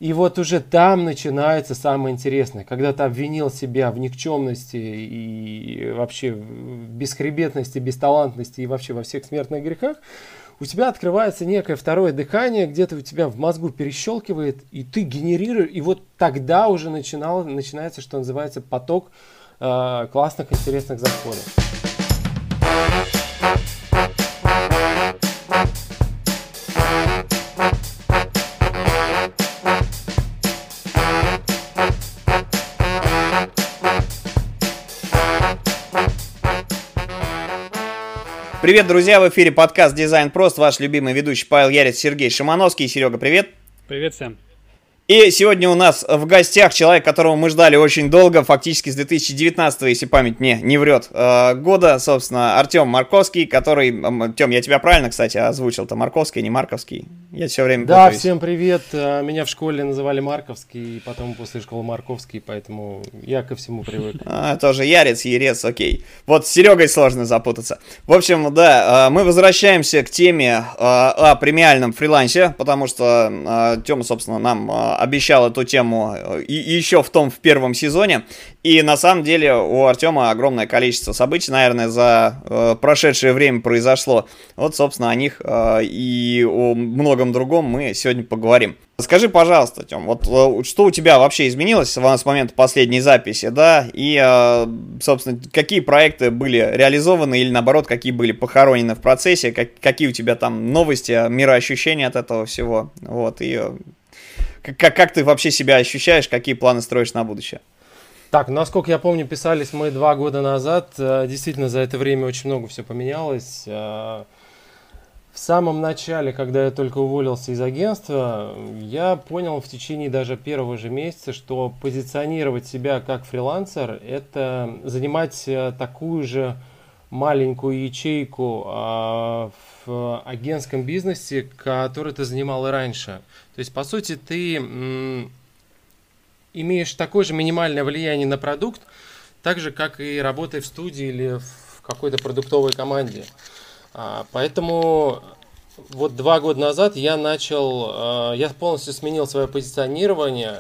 И вот уже там начинается самое интересное, когда ты обвинил себя в никчемности и вообще в бесхребетности, бесталантности и вообще во всех смертных грехах, у тебя открывается некое второе дыхание, где-то у тебя в мозгу перещелкивает, и ты генерируешь, и вот тогда уже начинается, что называется, поток классных, интересных заходов. Привет, друзья! В эфире подкаст «Дизайн Прост». Ваш любимый ведущий Павел Ярец, Сергей Шимановский. Серега, привет! Привет всем! И сегодня у нас в гостях человек, которого мы ждали очень долго, фактически с 2019, если память не врет, года, собственно, Артем Марковский, который... Тем, я тебя правильно, кстати, озвучил-то? Марковский, не Марковский? Я все время Да, путаюсь. Всем привет. Меня в школе называли Марковский, потом после школы Марковский, поэтому я ко всему привык. Тоже Ярец, Ерец, окей. Вот с Серегой сложно запутаться. В общем, да, мы возвращаемся к теме о премиальном фрилансе, потому что Тема, собственно, нам обещал эту тему еще в первом сезоне. И на самом деле у Артема огромное количество событий, наверное, за прошедшее время произошло. Вот, собственно, о них и о многом другом мы сегодня поговорим. Скажи, пожалуйста, Тём, вот что у тебя вообще изменилось с момента последней записи, да, и, собственно, какие проекты были реализованы или, наоборот, какие были похоронены в процессе, какие у тебя там новости, мироощущения от этого всего, вот, и как ты вообще себя ощущаешь, какие планы строишь на будущее? Так, насколько я помню, писались мы 2 года назад. Действительно, за это время очень много все поменялось. В самом начале, когда я только уволился из агентства, я понял в течение даже первого же месяца, что позиционировать себя как фрилансер – это занимать такую же маленькую ячейку в агентском бизнесе, который ты занимал и раньше. То есть, по сути, ты имеешь такое же минимальное влияние на продукт, так же, как и работая в студии или в какой-то продуктовой команде. Поэтому вот 2 года назад я полностью сменил свое позиционирование,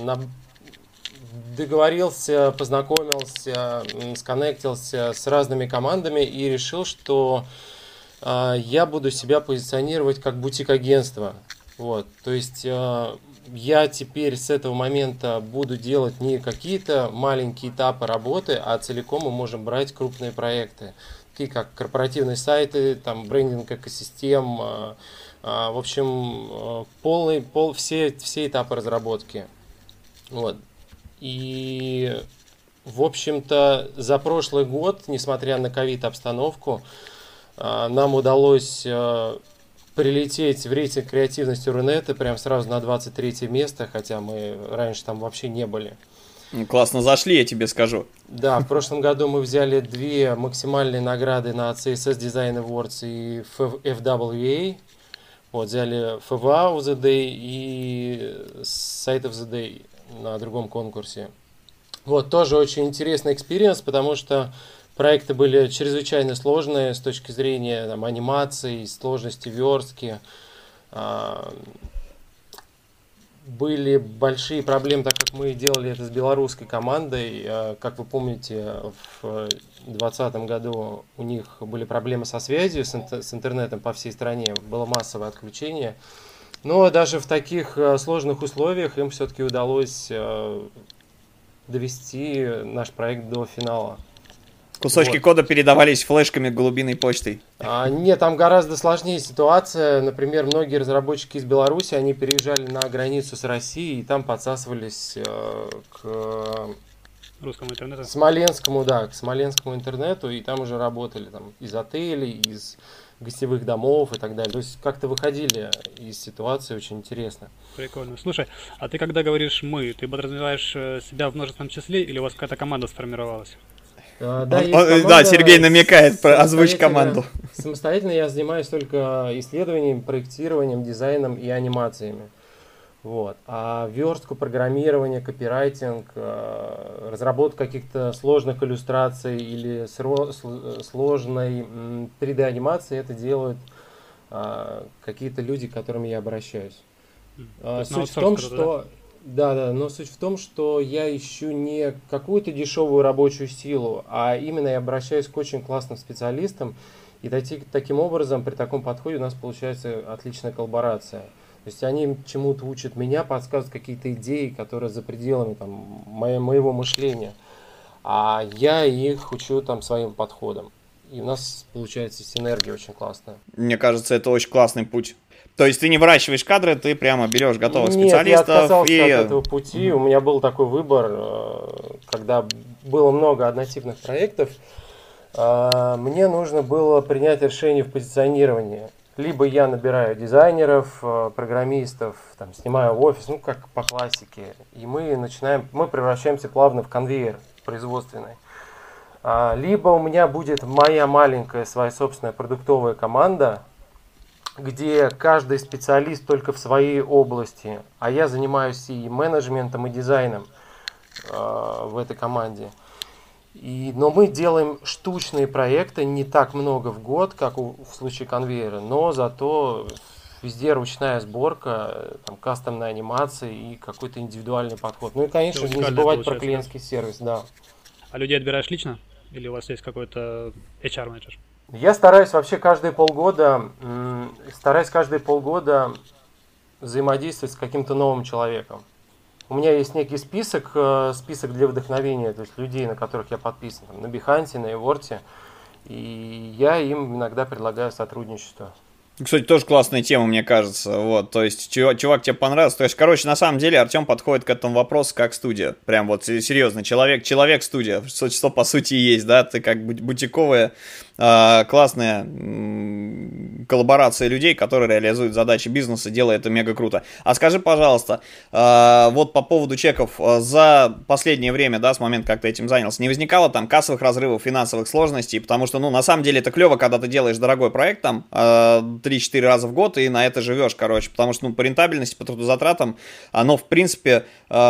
договорился, познакомился, сконнектился с разными командами и решил, что я буду себя позиционировать как бутик-агентство. Вот, то есть я теперь с этого момента буду делать не какие-то маленькие этапы работы, а целиком мы можем брать крупные проекты, такие как корпоративные сайты, там брендинг экосистем, в общем, все этапы разработки. Вот. И, в общем-то, за прошлый год, несмотря на ковид-обстановку, нам удалось прилететь в рейтинг креативности Рунета прям сразу на 23 место, хотя мы раньше там вообще не были. Классно зашли, я тебе скажу. Да, в прошлом году мы взяли 2 максимальные награды на CSS Design Awards и FWA. Вот, взяли FWA of the Day и Site of the Day на другом конкурсе. Вот, тоже очень интересный экспириенс, потому что проекты были чрезвычайно сложные с точки зрения там, анимации, сложности верстки. Были большие проблемы, так как мы делали это с белорусской командой. Как вы помните, в 2020 году у них были проблемы со связью, с интернетом по всей стране. Было массовое отключение. Но даже в таких сложных условиях им все-таки удалось довести наш проект до финала. Кусочки кода передавались флешками голубиной почтой. Нет, там гораздо сложнее ситуация. Например, многие разработчики из Беларуси, они переезжали на границу с Россией и там подсасывались к русскому интернету. к смоленскому интернету, и там уже работали там, из отелей, из гостевых домов и так далее. То есть как-то выходили из ситуации очень интересно. Прикольно. Слушай, а ты когда говоришь «мы», ты подразумеваешь себя в множественном числе или у вас какая-то команда сформировалась? Да, Сергей намекает, озвучь команду. Самостоятельно я занимаюсь только исследованием, проектированием, дизайном и анимациями. Вот. А верстку, программирование, копирайтинг, разработку каких-то сложных иллюстраций или сложной 3D-анимации это делают какие-то люди, к которым я обращаюсь. То есть на Суть в аутсорс том, кто-то, да? что да, но суть в том, что я ищу не какую-то дешевую рабочую силу, а именно я обращаюсь к очень классным специалистам, и таким образом при таком подходе у нас получается отличная коллаборация. То есть они чему-то учат меня, подсказывают какие-то идеи, которые за пределами там, моего мышления, а я их учу там своим подходом. И у нас получается синергия очень классная. Мне кажется, это очень классный путь. То есть ты не выращиваешь кадры, ты прямо берешь готовых Нет, я специалистов отказался от и... этого пути. У меня был такой выбор, когда было много однотипных проектов. Мне нужно было принять решение в позиционировании. Либо я набираю дизайнеров, программистов, там, снимаю в офис, ну как по классике, и мы превращаемся плавно в конвейер производственный. Либо у меня будет моя маленькая своя собственная продуктовая команда, где каждый специалист только в своей области, а я занимаюсь и менеджментом, и дизайном в этой команде. Но мы делаем штучные проекты, не так много в год, как в случае конвейера, но зато везде ручная сборка, там, кастомная анимация и какой-то индивидуальный подход. Ну и, конечно же, не забывать про клиентский сервис, да. А людей отбираешь лично? Или у вас есть какой-то HR-менеджер? Я стараюсь вообще каждые полгода взаимодействовать с каким-то новым человеком. У меня есть некий список для вдохновения, то есть людей, на которых я подписан, там, на Behance, на Evorte, и я им иногда предлагаю сотрудничество. Кстати, тоже классная тема, мне кажется. Вот, то есть, чувак тебе понравился. То есть, короче, на самом деле Артем подходит к этому вопросу как студия. Прям вот серьезно, человек-студия. Что по сути и есть, да? Ты как бутиковая, классная коллаборация людей, которые реализуют задачи бизнеса, делая это мега круто. А скажи, пожалуйста, вот по поводу чеков, за последнее время, да, с момента, как ты этим занялся, не возникало там кассовых разрывов, финансовых сложностей? Потому что, ну, на самом деле это клево, когда ты делаешь дорогой проект, там, 3-4 раза в год и на это живешь, короче, потому что, ну, по рентабельности, по трудозатратам, оно, в принципе,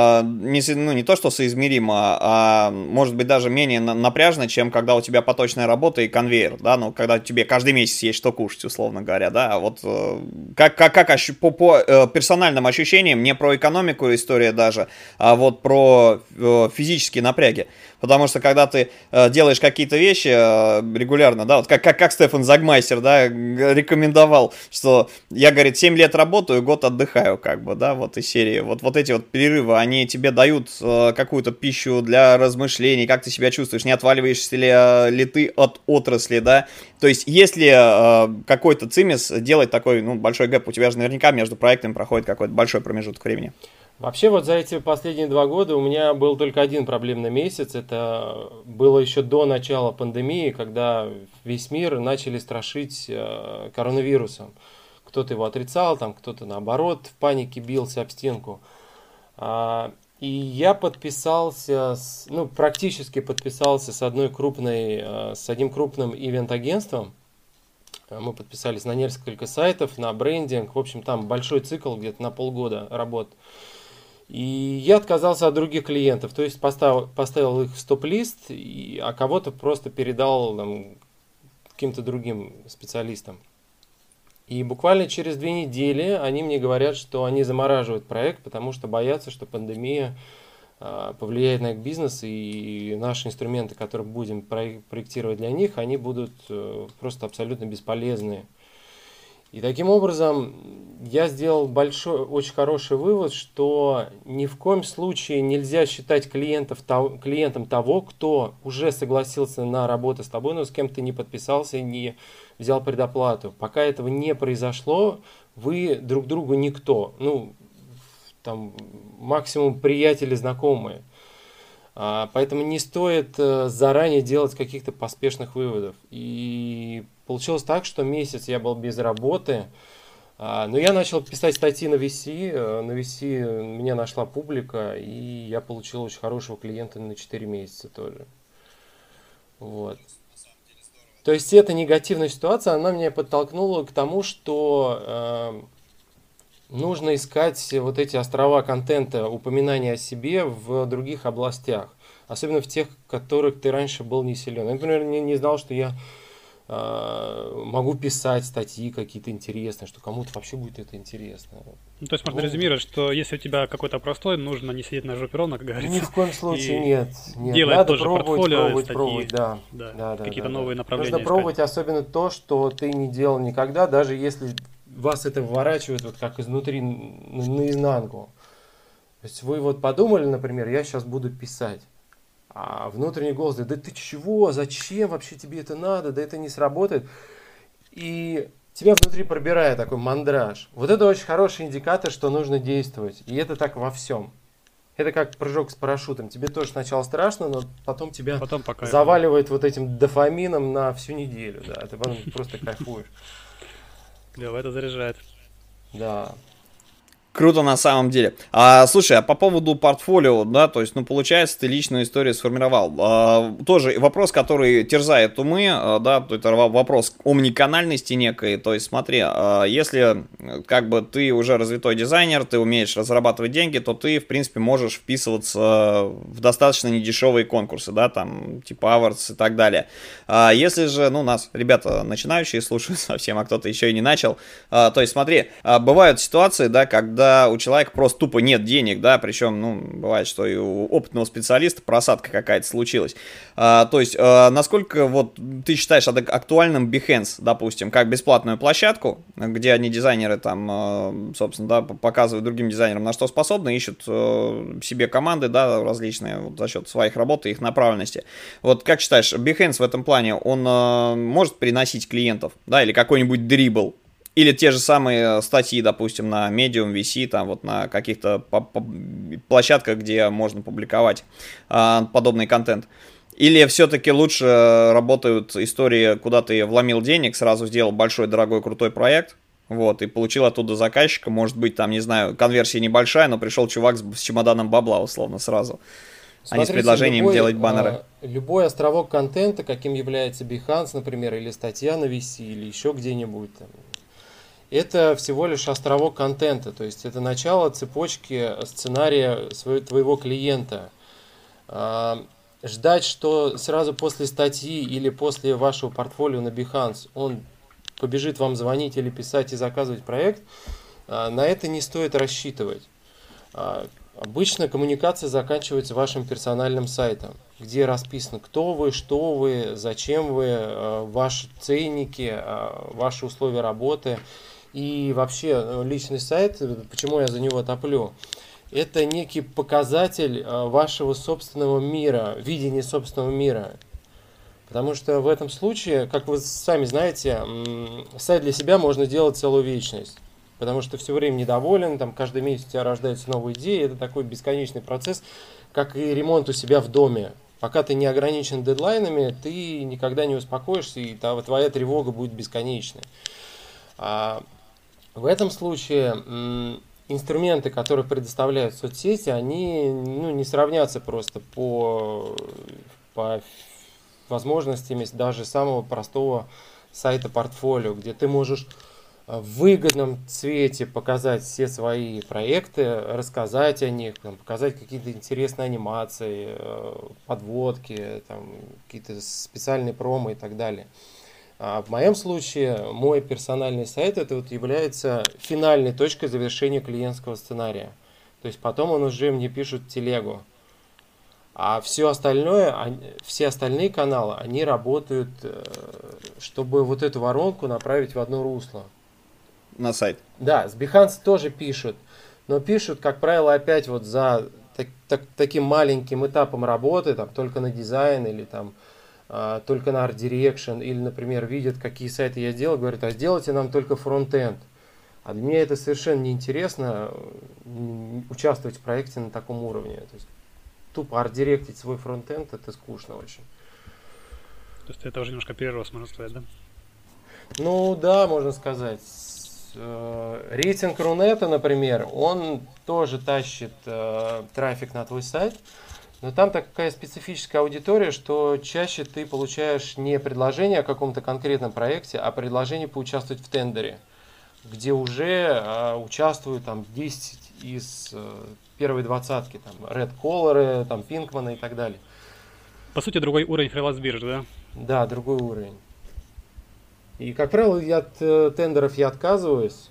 не то, что соизмеримо, а может быть даже менее напряжно, чем когда у тебя поточная работа и конвейер, да, ну, когда тебе каждый месяц есть что кушать, условно говоря, да, а вот как по персональным ощущениям, не про экономику история даже, а вот про физические напряги. Потому что когда ты делаешь какие-то вещи регулярно, да, вот как Стефан Загмайстер, да, рекомендовал, что я, говорит, 7 лет работаю, год отдыхаю, как бы, да, вот из серии. Вот эти вот перерывы, они тебе дают какую-то пищу для размышлений, как ты себя чувствуешь, не отваливаешься ли ты от отрасли, да. То есть, если какой-то цимис делать такой, ну, большой гэп, у тебя же наверняка между проектами проходит какой-то большой промежуток времени. Вообще вот за эти последние 2 года у меня был только один проблемный месяц. Это было еще до начала пандемии, когда весь мир начали страшить коронавирусом. Кто-то его отрицал, там кто-то наоборот в панике бился об стенку. И я практически подписался с одним крупным ивент-агентством. Мы подписались на несколько сайтов, на брендинг. В общем, там большой цикл, где-то на полгода работ. И я отказался от других клиентов, то есть поставил их в стоп-лист, а кого-то просто передал там, каким-то другим специалистам. И буквально через 2 недели они мне говорят, что они замораживают проект, потому что боятся, что пандемия повлияет на их бизнес, и наши инструменты, которые будем проектировать для них, они будут просто абсолютно бесполезны. И таким образом я сделал очень хороший вывод, что ни в коем случае нельзя считать клиентом того, кто уже согласился на работу с тобой, но с кем ты не подписался и не взял предоплату. Пока этого не произошло, вы друг другу никто. Ну, там максимум приятели, знакомые. Поэтому не стоит заранее делать каких-то поспешных выводов. И получилось так, что месяц я был без работы, но я начал писать статьи на VC. На VC меня нашла публика, и я получил очень хорошего клиента на 4 месяца тоже. Вот. То есть эта негативная ситуация, она меня подтолкнула к тому, что нужно искать вот эти острова контента, упоминания о себе в других областях. Особенно в тех, в которых ты раньше был не силен. Я, например, не знал, что я могу писать статьи какие-то интересные, что кому-то вообще будет это интересно. Ну, то есть можно резюмировать, что если у тебя какой-то простой, нужно не сидеть на жопе ровно, как говорится. Ни в коем случае нет. Делать Надо тоже портфолио, пробовать, да. Какие-то новые направления Нужно пробовать особенно то, что ты не делал никогда, даже если вас это выворачивает вот как изнутри наизнанку. То есть вы вот подумали, например, я сейчас буду писать. А внутренний голос говорит, да ты чего, зачем вообще тебе это надо, да это не сработает. И тебя внутри пробирает такой мандраж. Вот это очень хороший индикатор, что нужно действовать. И это так во всем. Это как прыжок с парашютом. Тебе тоже сначала страшно, но потом тебя заваливает вот этим дофамином на всю неделю. Да, ты потом просто кайфуешь. Клево, это заряжает. Да. Круто на самом деле. Слушай, а по поводу портфолио, да, то есть, ну, получается, ты личную историю сформировал. Тоже вопрос, который терзает умы, да, это вопрос омниканальности некой. То есть, смотри, если как бы ты уже развитой дизайнер, ты умеешь разрабатывать деньги, то ты, в принципе, можешь вписываться в достаточно недешевые конкурсы, да, там, типа Awards и так далее. Если же, ну, нас, ребята, начинающие слушают совсем, а кто-то еще и не начал, то есть, смотри, бывают ситуации, да, когда у человека просто тупо нет денег, да, причем, ну, бывает, что и у опытного специалиста просадка какая-то случилась. То есть, насколько вот ты считаешь актуальным Behance, допустим, как бесплатную площадку, где одни дизайнеры там, собственно, да, показывают другим дизайнерам, на что способны, ищут себе команды, да, различные вот, за счет своих работ и их направленности. Вот как считаешь, Behance в этом плане, он может приносить клиентов, да, или какой-нибудь Dribbble? Или те же самые статьи, допустим, на Medium, VC, там вот на каких-то площадках, где можно публиковать подобный контент. Или все-таки лучше работают истории, куда ты вломил денег, сразу сделал большой, дорогой, крутой проект, вот, и получил оттуда заказчика, может быть, там, не знаю, конверсия небольшая, но пришел чувак с чемоданом бабла, условно, сразу. Смотрите, а не с предложением делать баннеры. Любой островок контента, каким является Behance, например, или статья на VC, или еще где-нибудь там, это всего лишь островок контента, то есть это начало цепочки сценария твоего клиента. Ждать, что сразу после статьи или после вашего портфолио на Behance он побежит вам звонить или писать и заказывать проект, на это не стоит рассчитывать. Обычно коммуникация заканчивается вашим персональным сайтом, где расписано, кто вы, что вы, зачем вы, ваши ценники, ваши условия работы. И вообще личный сайт, почему я за него топлю, это некий показатель вашего собственного мира, видения собственного мира. Потому что в этом случае, как вы сами знаете, сайт для себя можно делать целую вечность. Потому что все время недоволен, там каждый месяц у тебя рождаются новые идеи, это такой бесконечный процесс, как и ремонт у себя в доме. Пока ты не ограничен дедлайнами, ты никогда не успокоишься, и твоя тревога будет бесконечной. В этом случае инструменты, которые предоставляют соцсети, они не сравнятся просто по возможностям даже самого простого сайта портфолио, где ты можешь в выгодном цвете показать все свои проекты, рассказать о них, показать какие-то интересные анимации, подводки, какие-то специальные промо и так далее. А в моем случае мой персональный сайт это вот является финальной точкой завершения клиентского сценария. То есть потом он уже мне пишет телегу. А все остальное, все остальные каналы, они работают, чтобы вот эту воронку направить в одно русло. На сайт. Да, с Behance тоже пишут. Но пишут, как правило, опять вот за таким маленьким этапом работы, там, только на дизайн или там только на Art Direction, или, например, видят, какие сайты я делаю, говорят, а сделайте нам только фронт-энд. А для меня это совершенно неинтересно участвовать в проекте на таком уровне. То есть тупо арт-директить свой фронт-энд, это скучно очень. То есть это уже немножко перерос, можно сказать, да? Ну да, можно сказать. Рейтинг Рунета, например, он тоже тащит трафик на твой сайт. Но там такая специфическая аудитория, что чаще ты получаешь не предложение о каком-то конкретном проекте, а предложение поучаствовать в тендере, где уже участвуют там 10 из первой двадцатки, там Red Collar, там Pinkman и так далее. По сути, другой уровень фриланс-биржи, да? Да, другой уровень. И, как правило, от тендеров я отказываюсь,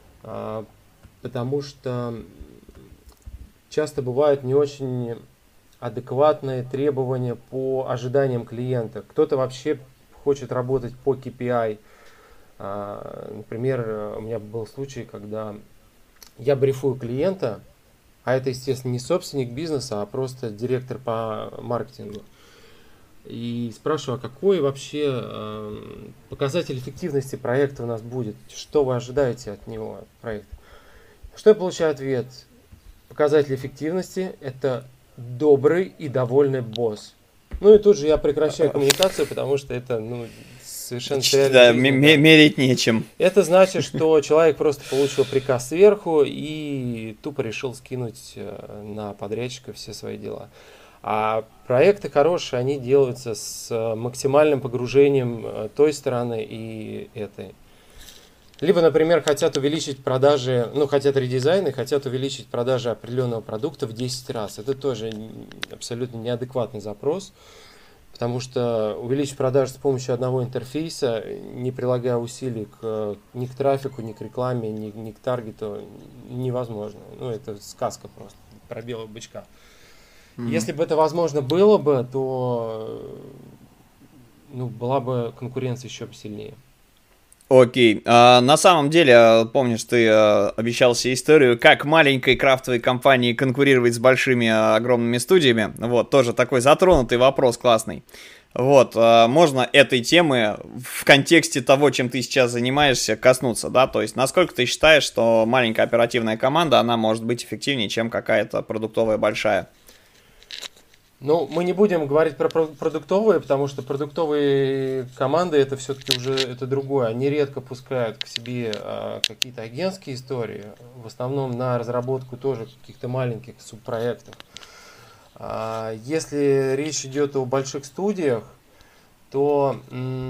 потому что часто бывают не очень адекватные требования по ожиданиям клиента. Кто-то вообще хочет работать по KPI. Например, у меня был случай, когда я брифую клиента, а это, естественно, не собственник бизнеса, а просто директор по маркетингу. И спрашиваю, а какой вообще показатель эффективности проекта у нас будет? Что вы ожидаете от него, от проекта? Что я получаю ответ? Показатель эффективности – это добрый и довольный босс. Ну и тут же я прекращаю коммуникацию, потому что это совершенно Да, мерить нечем. Это значит, что человек просто получил приказ сверху и тупо решил скинуть на подрядчика все свои дела. А проекты хорошие, они делаются с максимальным погружением той стороны и этой. Либо, например, хотят увеличить продажи, хотят редизайн и хотят увеличить продажи определенного продукта в 10 раз. Это тоже абсолютно неадекватный запрос, потому что увеличить продажи с помощью одного интерфейса, не прилагая усилий ни к трафику, ни к рекламе, ни к таргету, невозможно. Это сказка просто про белого бычка. Если бы это возможно было бы, то была бы конкуренция еще сильнее. Окей. На самом деле, помнишь, ты обещал себе историю, как маленькой крафтовой компании конкурировать с большими огромными студиями. Вот, тоже такой затронутый вопрос классный. Вот, можно этой темы в контексте того, чем ты сейчас занимаешься, коснуться, да? То есть, насколько ты считаешь, что маленькая оперативная команда, она может быть эффективнее, чем какая-то продуктовая большая? Мы не будем говорить про продуктовые, потому что продуктовые команды это все-таки уже это другое. Они редко пускают к себе какие-то агентские истории, в основном на разработку тоже каких-то маленьких субпроектов. Если речь идет о больших студиях, то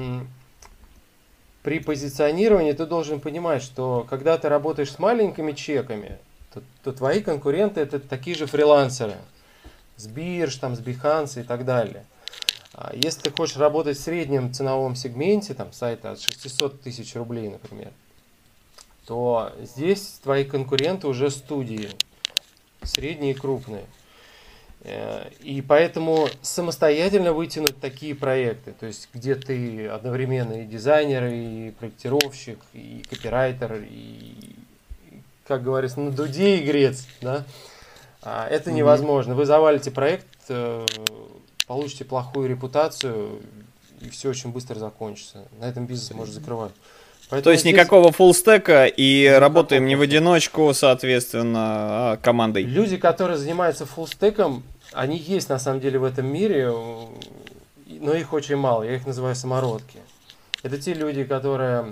при позиционировании ты должен понимать, что когда ты работаешь с маленькими чеками, то твои конкуренты это такие же фрилансеры. С бирж, с Behance и так далее. Если ты хочешь работать в среднем ценовом сегменте, сайта от 600 тысяч рублей, например, то здесь твои конкуренты уже студии, средние и крупные. И поэтому самостоятельно вытянуть такие проекты, то есть где ты одновременно и дизайнер, и проектировщик, и копирайтер, и, как говорится, на дуде игрец, да? Это невозможно. Вы завалите проект, получите плохую репутацию, и все очень быстро закончится. На этом бизнес может закрывать. Поэтому то есть никакого фуллстека и работаем не в одиночку, соответственно, а командой. Люди, которые занимаются фуллстеком, они есть на самом деле в этом мире, но их очень мало. Я их называю самородки. Это те люди, которые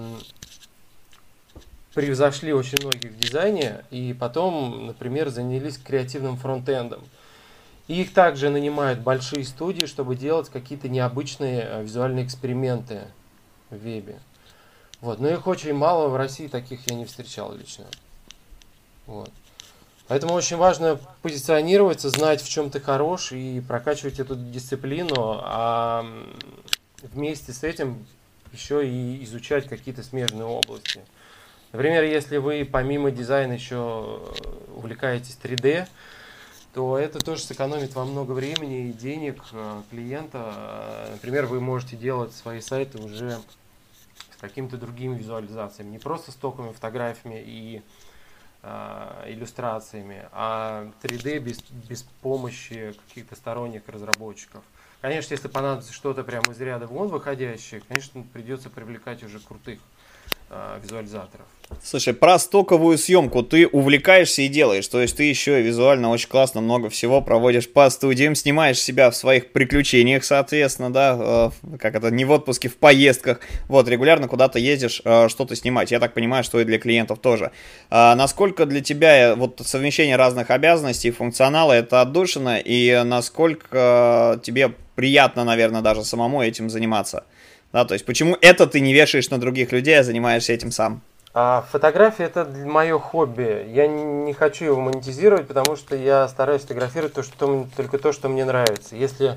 превзошли очень многих в дизайне и потом, например, занялись креативным фронтендом. И их также нанимают большие студии, чтобы делать какие-то необычные визуальные эксперименты в вебе. Вот. Но их очень мало, в России таких я не встречал лично. Вот. Поэтому очень важно позиционироваться, знать, в чем ты хорош, и прокачивать эту дисциплину, а вместе с этим еще и изучать какие-то смежные области. Например, если вы помимо дизайна еще увлекаетесь 3D, то это тоже сэкономит вам много времени и денег клиента. Например, вы можете делать свои сайты уже с какими-то другими визуализациями, не просто стоковыми фотографиями и иллюстрациями, а 3D без помощи каких-то сторонних разработчиков. Конечно, если понадобится что-то прямо из ряда вон выходящее, конечно, придется привлекать уже крутых визуализаторов. Слушай, про стоковую съемку ты увлекаешься и делаешь, то есть ты еще визуально очень классно много всего проводишь по студиям, снимаешь себя в своих приключениях, соответственно, да, как это, не в отпуске, в поездках, вот, регулярно куда-то ездишь что-то снимать, я так понимаю, что и для клиентов тоже. Насколько для тебя вот совмещение разных обязанностей и функционала это отдушина, и насколько тебе приятно, наверное, даже самому этим заниматься? Да, то есть почему это ты не вешаешь на других людей, а занимаешься этим сам? Фотография это мое хобби. Я не хочу его монетизировать, потому что я стараюсь фотографировать только то, что мне нравится. Если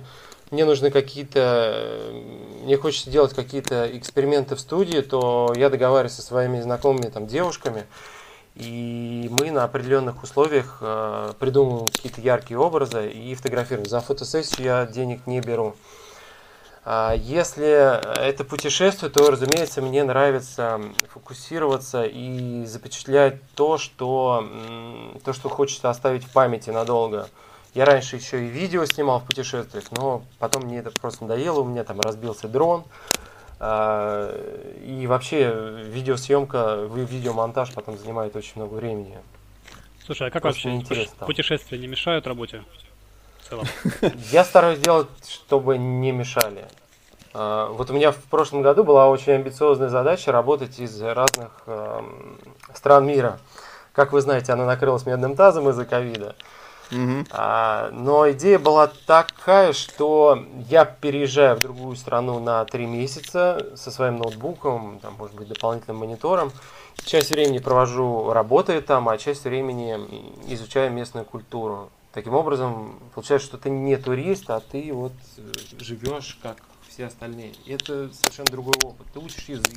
мне нужны мне хочется делать какие-то эксперименты в студии, то я договариваюсь со своими знакомыми там девушками, и мы на определенных условиях придумываем какие-то яркие образы и фотографируем. За фотосессию я денег не беру. Если это путешествие, то, разумеется, мне нравится фокусироваться и запечатлять то, что хочется оставить в памяти надолго. Я раньше еще и видео снимал в путешествиях, но потом мне это просто надоело, у меня там разбился дрон. И вообще видеосъемка, видеомонтаж потом занимает очень много времени. Слушай, а как вообще путешествия не мешают работе в целом? Я стараюсь делать, чтобы не мешали. Вот у меня в прошлом году была очень амбициозная задача работать из разных стран мира. Как вы знаете, она накрылась медным тазом из-за ковида. Но идея была такая, что я переезжаю в другую страну на 3 месяца со своим ноутбуком, там, может быть, дополнительным монитором. Часть времени провожу, работая там, а часть времени изучаю местную культуру. Таким образом, получается, что ты не турист, а ты вот живешь как все остальные. И это совершенно другой опыт. Ты учишь язык,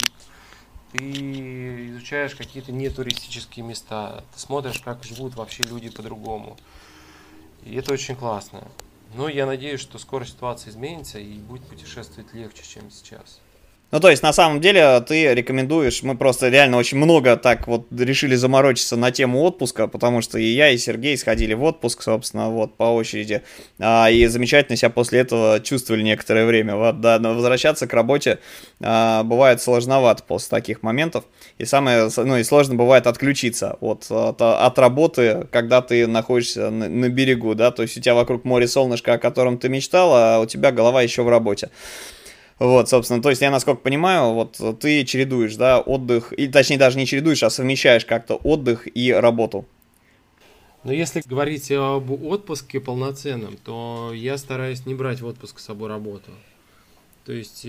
ты изучаешь какие-то нетуристические места, ты смотришь, как живут вообще люди по-другому. И это очень классно. Но я надеюсь, что скоро ситуация изменится и будет путешествовать легче, чем сейчас. Ну, то есть, на самом деле, ты рекомендуешь, мы просто реально очень много так вот решили заморочиться на тему отпуска, потому что и я, и Сергей сходили в отпуск, собственно, вот, по очереди, и замечательно себя после этого чувствовали некоторое время, вот, да, но возвращаться к работе бывает сложновато после таких моментов, и и сложно бывает отключиться от работы, когда ты находишься на берегу, да, то есть у тебя вокруг море солнышко, о котором ты мечтал, а у тебя голова еще в работе. Вот, собственно, то есть я, насколько понимаю, вот ты чередуешь, да, отдых, и точнее даже не чередуешь, а совмещаешь как-то отдых и работу. Но если говорить об отпуске полноценном, то я стараюсь не брать в отпуск с собой работу. То есть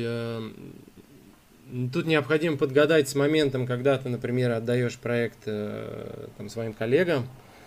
тут необходимо подгадать с моментом, когда ты, например, отдаешь проект там, своим коллегам,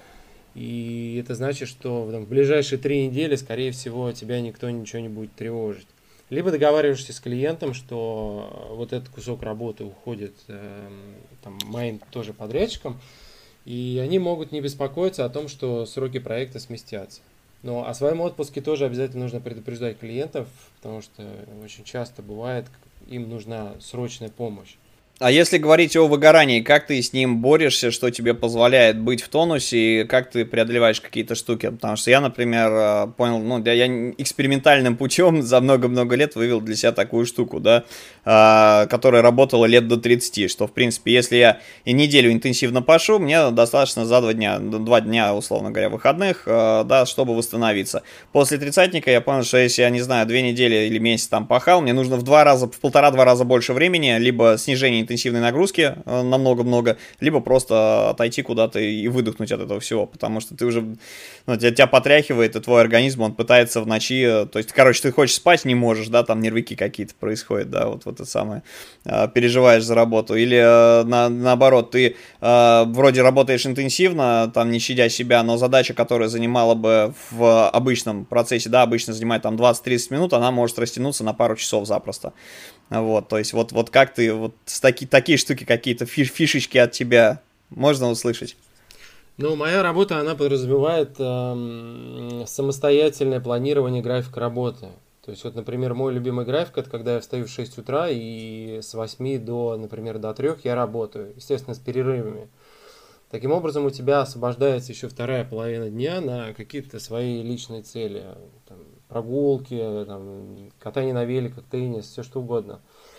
и это значит, что в ближайшие 3 недели, скорее всего, тебя никто ничего не будет тревожить. Либо договариваешься с клиентом, что вот этот кусок работы уходит там, моим тоже подрядчикам, и они могут не беспокоиться о том, что сроки проекта сместятся. Но о своем отпуске тоже обязательно нужно предупреждать клиентов, потому что очень часто бывает, им нужна срочная помощь. А если говорить о выгорании, как ты с ним борешься, что тебе позволяет быть в тонусе, и как ты преодолеваешь какие-то штуки? Потому что я, например, понял, я экспериментальным путем за много-много лет вывел для себя такую штуку, да, которая работала лет до 30, что, в принципе, если я и неделю интенсивно пашу, мне достаточно за 2 дня, условно говоря, выходных, да, чтобы восстановиться. После тридцатника я понял, что если я, не знаю, 2 недели или месяц там пахал, мне нужно в 1,5-2 раза больше времени, либо снижение интенсивной нагрузки на много-много, либо просто отойти куда-то и выдохнуть от этого всего, потому что ты уже, тебя потряхивает, и твой организм, он пытается в ночи, то есть, короче, ты хочешь спать, не можешь, да, там нервики какие-то происходят, да, вот это самое, переживаешь за работу, или наоборот, ты вроде работаешь интенсивно, там, не щадя себя, но задача, которая занимала бы в обычном процессе, да, обычно занимает там 20-30 минут, она может растянуться на пару часов запросто. Вот, то есть вот как ты, вот такие штуки, какие-то фишечки от тебя можно услышать? Ну, моя работа, она подразумевает самостоятельное планирование графика работы. То есть, вот, например, мой любимый график, это когда я встаю в 6 утра и с 8 до 3 я работаю, естественно, с перерывами. Таким образом, у тебя освобождается еще вторая половина дня на какие-то свои личные цели. Там, прогулки, там, катание на великах, теннис, все что угодно.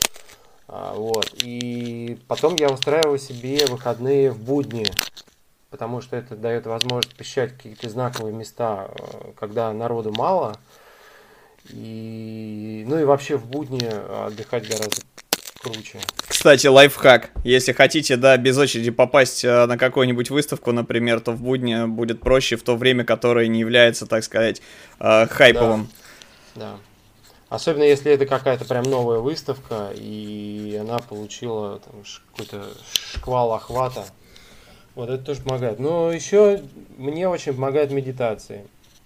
Вот. И потом я устраиваю себе выходные в будни, потому что это дает возможность посещать какие-то знаковые места, когда народу мало. И вообще в будни отдыхать гораздо круче. Кстати, лайфхак. Если хотите, да, без очереди попасть на какую-нибудь выставку, например, то в будни будет проще в то время, которое не является, так сказать, хайповым. Да. Особенно если это какая-то прям новая выставка, и она получила там, какой-то шквал охвата. Вот это тоже помогает. Но еще мне очень помогает медитация.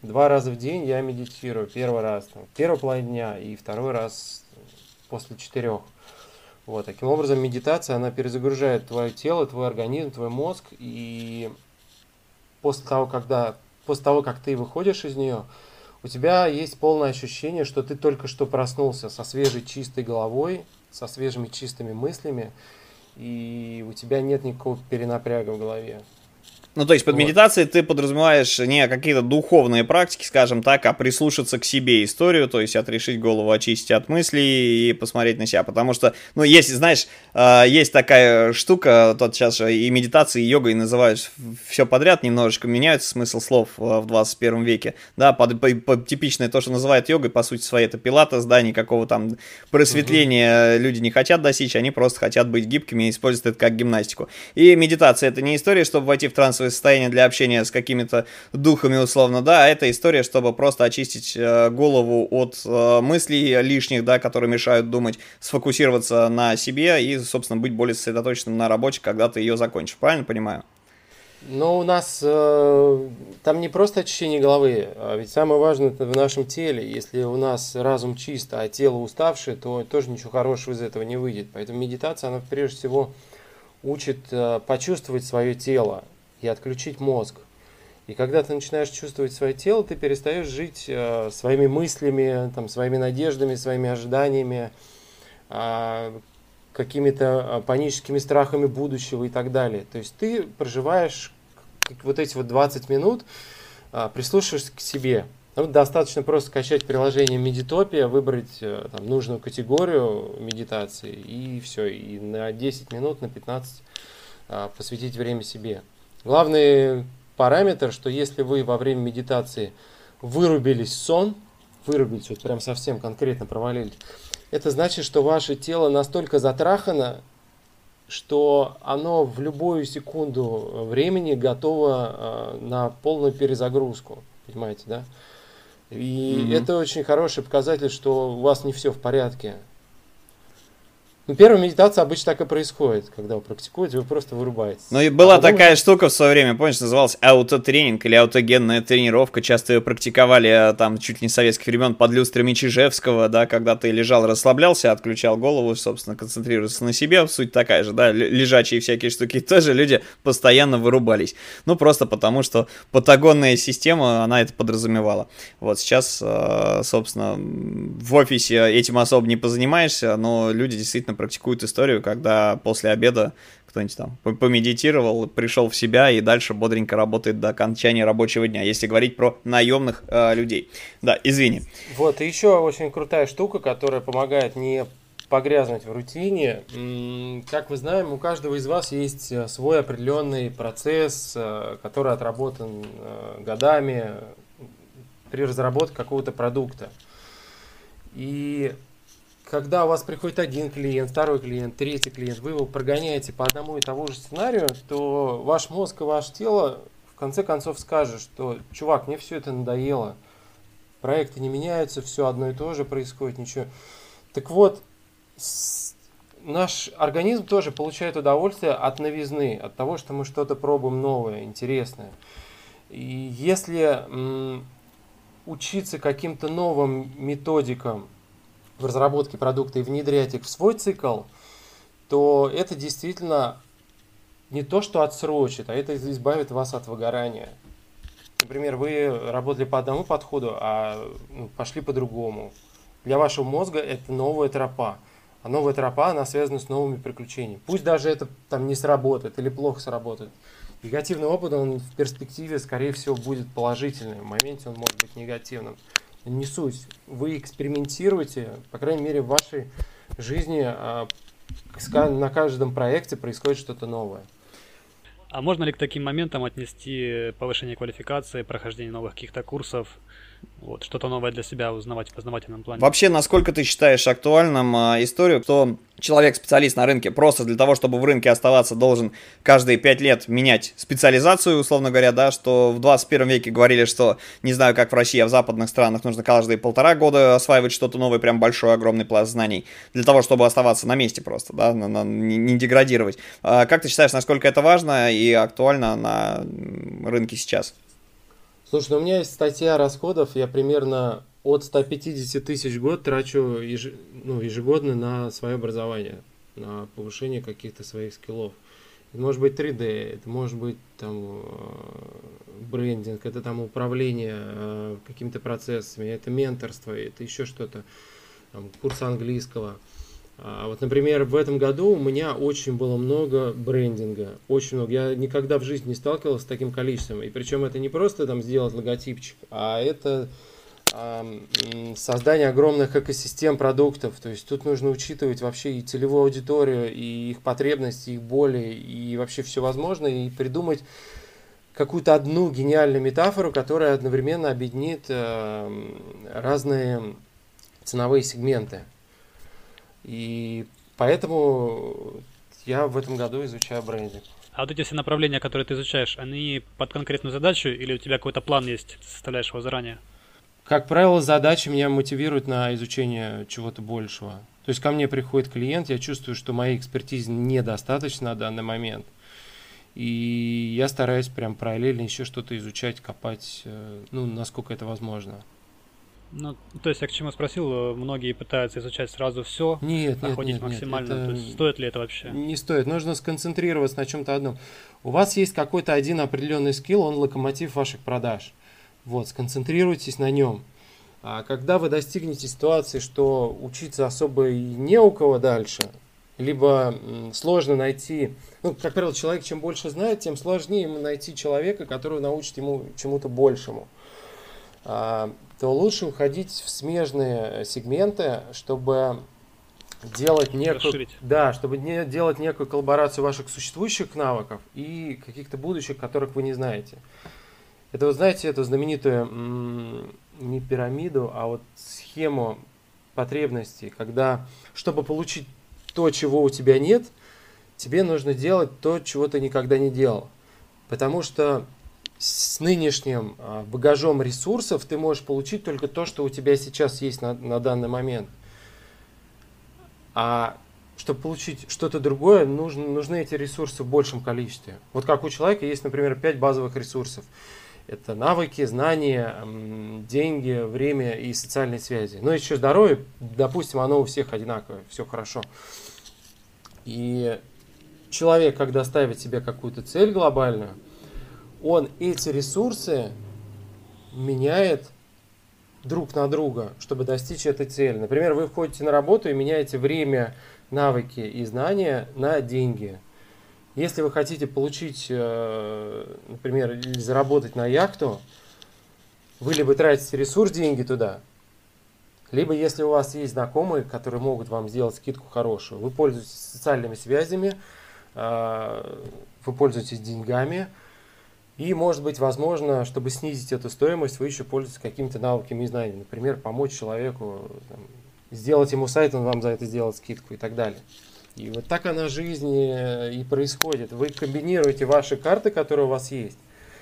2 раза в день я медитирую. Первый раз в первой половине дня и второй раз после 4. Вот, таким образом, медитация, она перезагружает твое тело, твой организм, твой мозг, и после того, как ты выходишь из нее, у тебя есть полное ощущение, что ты только что проснулся со свежей чистой головой, со свежими чистыми мыслями, и у тебя нет никакого перенапряга в голове. Ну, то есть под Вот. медитацией ты подразумеваешь не какие-то духовные практики, скажем так, а прислушаться к себе историю, то есть отрешить голову, очистить от мыслей и посмотреть на себя. Потому что, ну, есть, знаешь, есть такая штука, тут сейчас же и медитацией, и йогой называют все подряд, немножечко меняется смысл слов в 21 веке. Да, под типичное то, что называют йогой, по сути своей, это пилатес, да, никакого там просветления люди не хотят достичь, они просто хотят быть гибкими и используют это как гимнастику. И медитация — это не история, чтобы войти в трансовое состояние для общения с какими-то духами условно, да, а это история, чтобы просто очистить голову от мыслей лишних, да, которые мешают думать, сфокусироваться на себе и, собственно, быть более сосредоточенным на работе, когда ты ее закончишь. Правильно понимаю? Но у нас там не просто очищение головы, а ведь самое важное это в нашем теле. Если у нас разум чист, а тело уставшее, то тоже ничего хорошего из этого не выйдет. Поэтому медитация, она прежде всего учит почувствовать свое тело и отключить мозг. И когда ты начинаешь чувствовать свое тело, ты перестаешь жить своими мыслями, там, своими надеждами, своими ожиданиями, какими-то паническими страхами будущего и так далее. То есть ты проживаешь вот эти вот 20 минут, прислушиваешься к себе. Ну, достаточно просто скачать приложение Медитопия, выбрать там нужную категорию медитации и все. И на 10 минут, на 15 посвятить время себе. Главный параметр, что если вы во время медитации вырубились в сон, вырубились, вот прям совсем конкретно провалились, это значит, что ваше тело настолько затрахано, что оно в любую секунду времени готово на полную перезагрузку. Понимаете, да? И это очень хороший показатель, что у вас не все в порядке. Ну, первая медитация обычно так и происходит, когда вы практикуете, вы просто вырубаетесь. Ну и была такая штука в свое время, помнишь, называлась аутотренинг или аутогенная тренировка. Часто ее практиковали там чуть ли не с советских времен под люстрами Чижевского, да, когда ты лежал, расслаблялся, отключал голову, собственно, концентрировался на себе. Суть такая же, да, лежачие всякие штуки тоже люди постоянно вырубались. Ну, просто потому, что патагонная система, она это подразумевала. Вот сейчас, собственно, в офисе этим особо не позанимаешься, но люди действительно практикуют историю, когда после обеда кто-нибудь там помедитировал, пришел в себя и дальше бодренько работает до окончания рабочего дня, если говорить про наемных людей. Да, извини. Вот, и еще очень крутая штука, которая помогает не погрязнуть в рутине. Как мы знаем, у каждого из вас есть свой определенный процесс, который отработан годами при разработке какого-то продукта. И когда у вас приходит один клиент, второй клиент, третий клиент, вы его прогоняете по одному и тому же сценарию, то ваш мозг и ваше тело в конце концов скажет, что, чувак, мне все это надоело, проекты не меняются, все одно и то же происходит, ничего. Так вот, наш организм тоже получает удовольствие от новизны, от того, что мы что-то пробуем новое, интересное. И если учиться каким-то новым методикам в разработке продукта и внедрять их в свой цикл, то это действительно не то, что отсрочит, а это избавит вас от выгорания. Например, вы работали по одному подходу, а пошли по другому. Для вашего мозга это новая тропа. А новая тропа, она связана с новыми приключениями. Пусть даже это там не сработает или плохо сработает. Негативный опыт, он в перспективе, скорее всего, будет положительным. В моменте он может быть негативным. Не суть. Вы экспериментируете, по крайней мере, в вашей жизни на каждом проекте происходит что-то новое. А можно ли к таким моментам отнести повышение квалификации, прохождение новых каких-то курсов, вот, что-то новое для себя узнавать в познавательном плане? Вообще, насколько ты считаешь актуальным историю, что человек-специалист на рынке просто для того, чтобы в рынке оставаться, должен каждые 5 лет менять специализацию, условно говоря, да, что в 21 веке говорили, что, не знаю, как в России, а в западных странах нужно каждые 1,5 года осваивать что-то новое, прям большой, огромный пласт знаний, для того, чтобы оставаться на месте просто, да, не деградировать. Как ты считаешь, насколько это важно и актуально на рынке сейчас? Слушай, ну у меня есть статья расходов, я примерно от 150 тысяч в год трачу ежегодно на свое образование, на повышение каких-то своих скиллов. Это может быть 3D, это может быть там брендинг, это там управление какими-то процессами, это менторство, это еще что-то, там, курс английского. Вот, например, в этом году у меня очень было много брендинга, очень много. Я никогда в жизни не сталкивался с таким количеством. И причем это не просто там сделать логотипчик, а это создание огромных экосистем продуктов. То есть тут нужно учитывать вообще и целевую аудиторию, и их потребности, их боли, и вообще все возможное, и придумать какую-то одну гениальную метафору, которая одновременно объединит разные ценовые сегменты. И поэтому я в этом году изучаю брендинг. А вот эти все направления, которые ты изучаешь, они под конкретную задачу или у тебя какой-то план есть, ты составляешь его заранее? Как правило, задачи меня мотивируют на изучение чего-то большего. То есть ко мне приходит клиент, я чувствую, что моей экспертизы недостаточно на данный момент. И я стараюсь прям параллельно еще что-то изучать, копать, насколько это возможно. Ну, то есть я к чему спросил, многие пытаются изучать сразу все, охотить максимально. Это... То есть стоит ли это вообще? Не стоит, нужно сконцентрироваться на чем-то одном. У вас есть какой-то один определенный скилл, он локомотив ваших продаж. Вот, сконцентрируйтесь на нем. А когда вы достигнете ситуации, что учиться особо и не у кого дальше, либо сложно найти, как правило, человек чем больше знает, тем сложнее ему найти человека, который научит ему чему-то большему. То лучше уходить в смежные сегменты, чтобы делать делать некую коллаборацию ваших существующих навыков и каких-то будущих, которых вы не знаете. Это, вы знаете, эту знаменитую не пирамиду, а вот схему потребностей, когда, чтобы получить то, чего у тебя нет, тебе нужно делать то, чего ты никогда не делал. Потому что с нынешним багажом ресурсов ты можешь получить только то, что у тебя сейчас есть на данный момент. А чтобы получить что-то другое, нужны эти ресурсы в большем количестве. Вот как у человека есть, например, 5 базовых ресурсов. Это навыки, знания, деньги, время и социальные связи. Но еще здоровье, допустим, оно у всех одинаковое, все хорошо. И человек, когда ставит себе какую-то цель глобальную, он эти ресурсы меняет друг на друга, чтобы достичь этой цели. Например, вы входите на работу и меняете время, навыки и знания на деньги. Если вы хотите получить, например, или заработать на яхту, вы либо тратите ресурс, деньги туда, либо если у вас есть знакомые, которые могут вам сделать скидку хорошую, вы пользуетесь социальными связями, вы пользуетесь деньгами, и, может быть, возможно, чтобы снизить эту стоимость, вы еще пользуетесь какими-то навыками и знаниями. Например, помочь человеку, сделать ему сайт, он вам за это сделает скидку и так далее. И вот так она в жизни и происходит. Вы комбинируете ваши карты, которые у вас есть,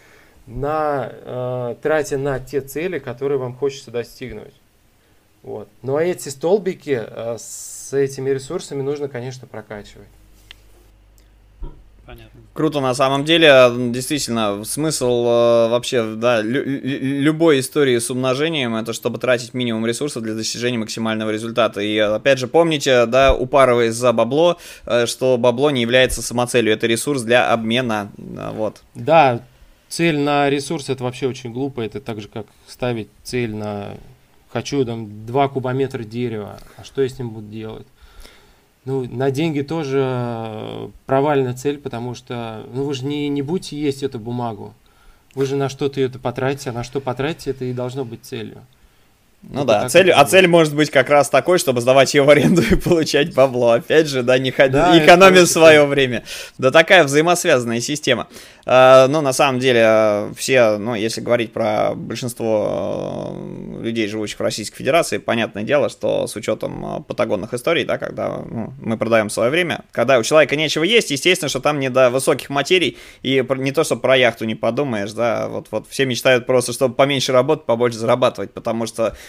тратя на те цели, которые вам хочется достигнуть. Вот. Ну а эти столбики с этими ресурсами нужно, конечно, прокачивать. Понятно. Круто, на самом деле, действительно, смысл вообще, да, любой истории с умножением, это чтобы тратить минимум ресурсов для достижения максимального результата. И опять же, помните, да, упарываясь за бабло, что бабло не является самоцелью, это ресурс для обмена, вот. Да, цель на ресурс это вообще очень глупо, это так же, как ставить цель на хочу там 2 кубометра дерева, а что я с ним буду делать? На деньги тоже провальная цель, потому что вы же не будете есть эту бумагу. Вы же на что-то ее потратите, а на что потратите, это и должно быть целью. Ну да, цель может быть как раз такой, чтобы сдавать ее в аренду и получать бабло. Опять же, да, экономить свое время. Да, такая взаимосвязанная система. Ну, на самом деле, все, если говорить про большинство людей, живущих в Российской Федерации, понятное дело, что с учетом патагонных историй, да, когда мы продаем свое время, когда у человека нечего есть, естественно, что там не до высоких материй, и не то, что про яхту не подумаешь, да, вот все мечтают просто, чтобы поменьше работать, побольше зарабатывать, потому что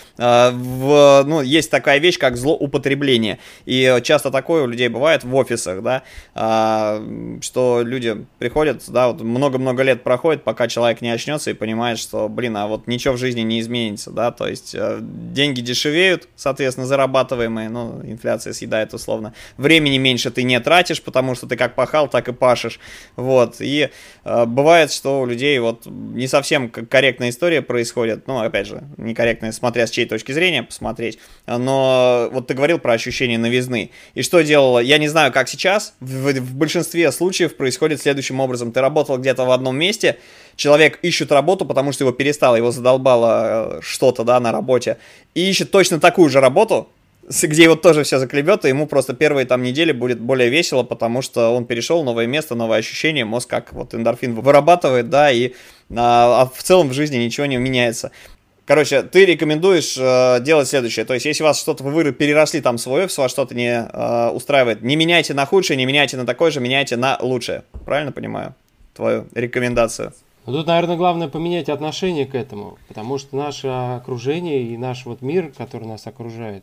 ну, есть такая вещь, как злоупотребление. И часто такое у людей бывает в офисах, да, что люди приходят, да, вот много-много лет проходит, пока человек не очнется и понимает, что, блин, а вот ничего в жизни не изменится, да, то есть деньги дешевеют, соответственно, зарабатываемые, ну, инфляция съедает условно, времени меньше ты не тратишь, потому что ты как пахал, так и пашешь, вот, и бывает, что у людей вот не совсем корректная история происходит, ну, опять же, некорректная, смотря с чьей точки зрения посмотреть, но вот ты говорил про ощущение новизны, и что делала, я не знаю, как сейчас, в большинстве случаев происходит следующим образом, ты работал где-то в одном месте, человек ищет работу, потому что его перестало, его задолбало что-то, да, на работе, и ищет точно такую же работу, где его тоже все заклебет, и ему просто первые там недели будет более весело, потому что он перешел, новое место, новое ощущение, мозг как вот эндорфин вырабатывает, да, и в целом в жизни ничего не меняется. Короче, ты рекомендуешь делать следующее, то есть если вас что-то, вы переросли там свой офис, вас что-то не устраивает, не меняйте на худшее, не меняйте на такое же, меняйте на лучшее. Правильно понимаю твою рекомендацию? Ну, тут, наверное, главное поменять отношение к этому, потому что наше окружение и наш вот мир, который нас окружает,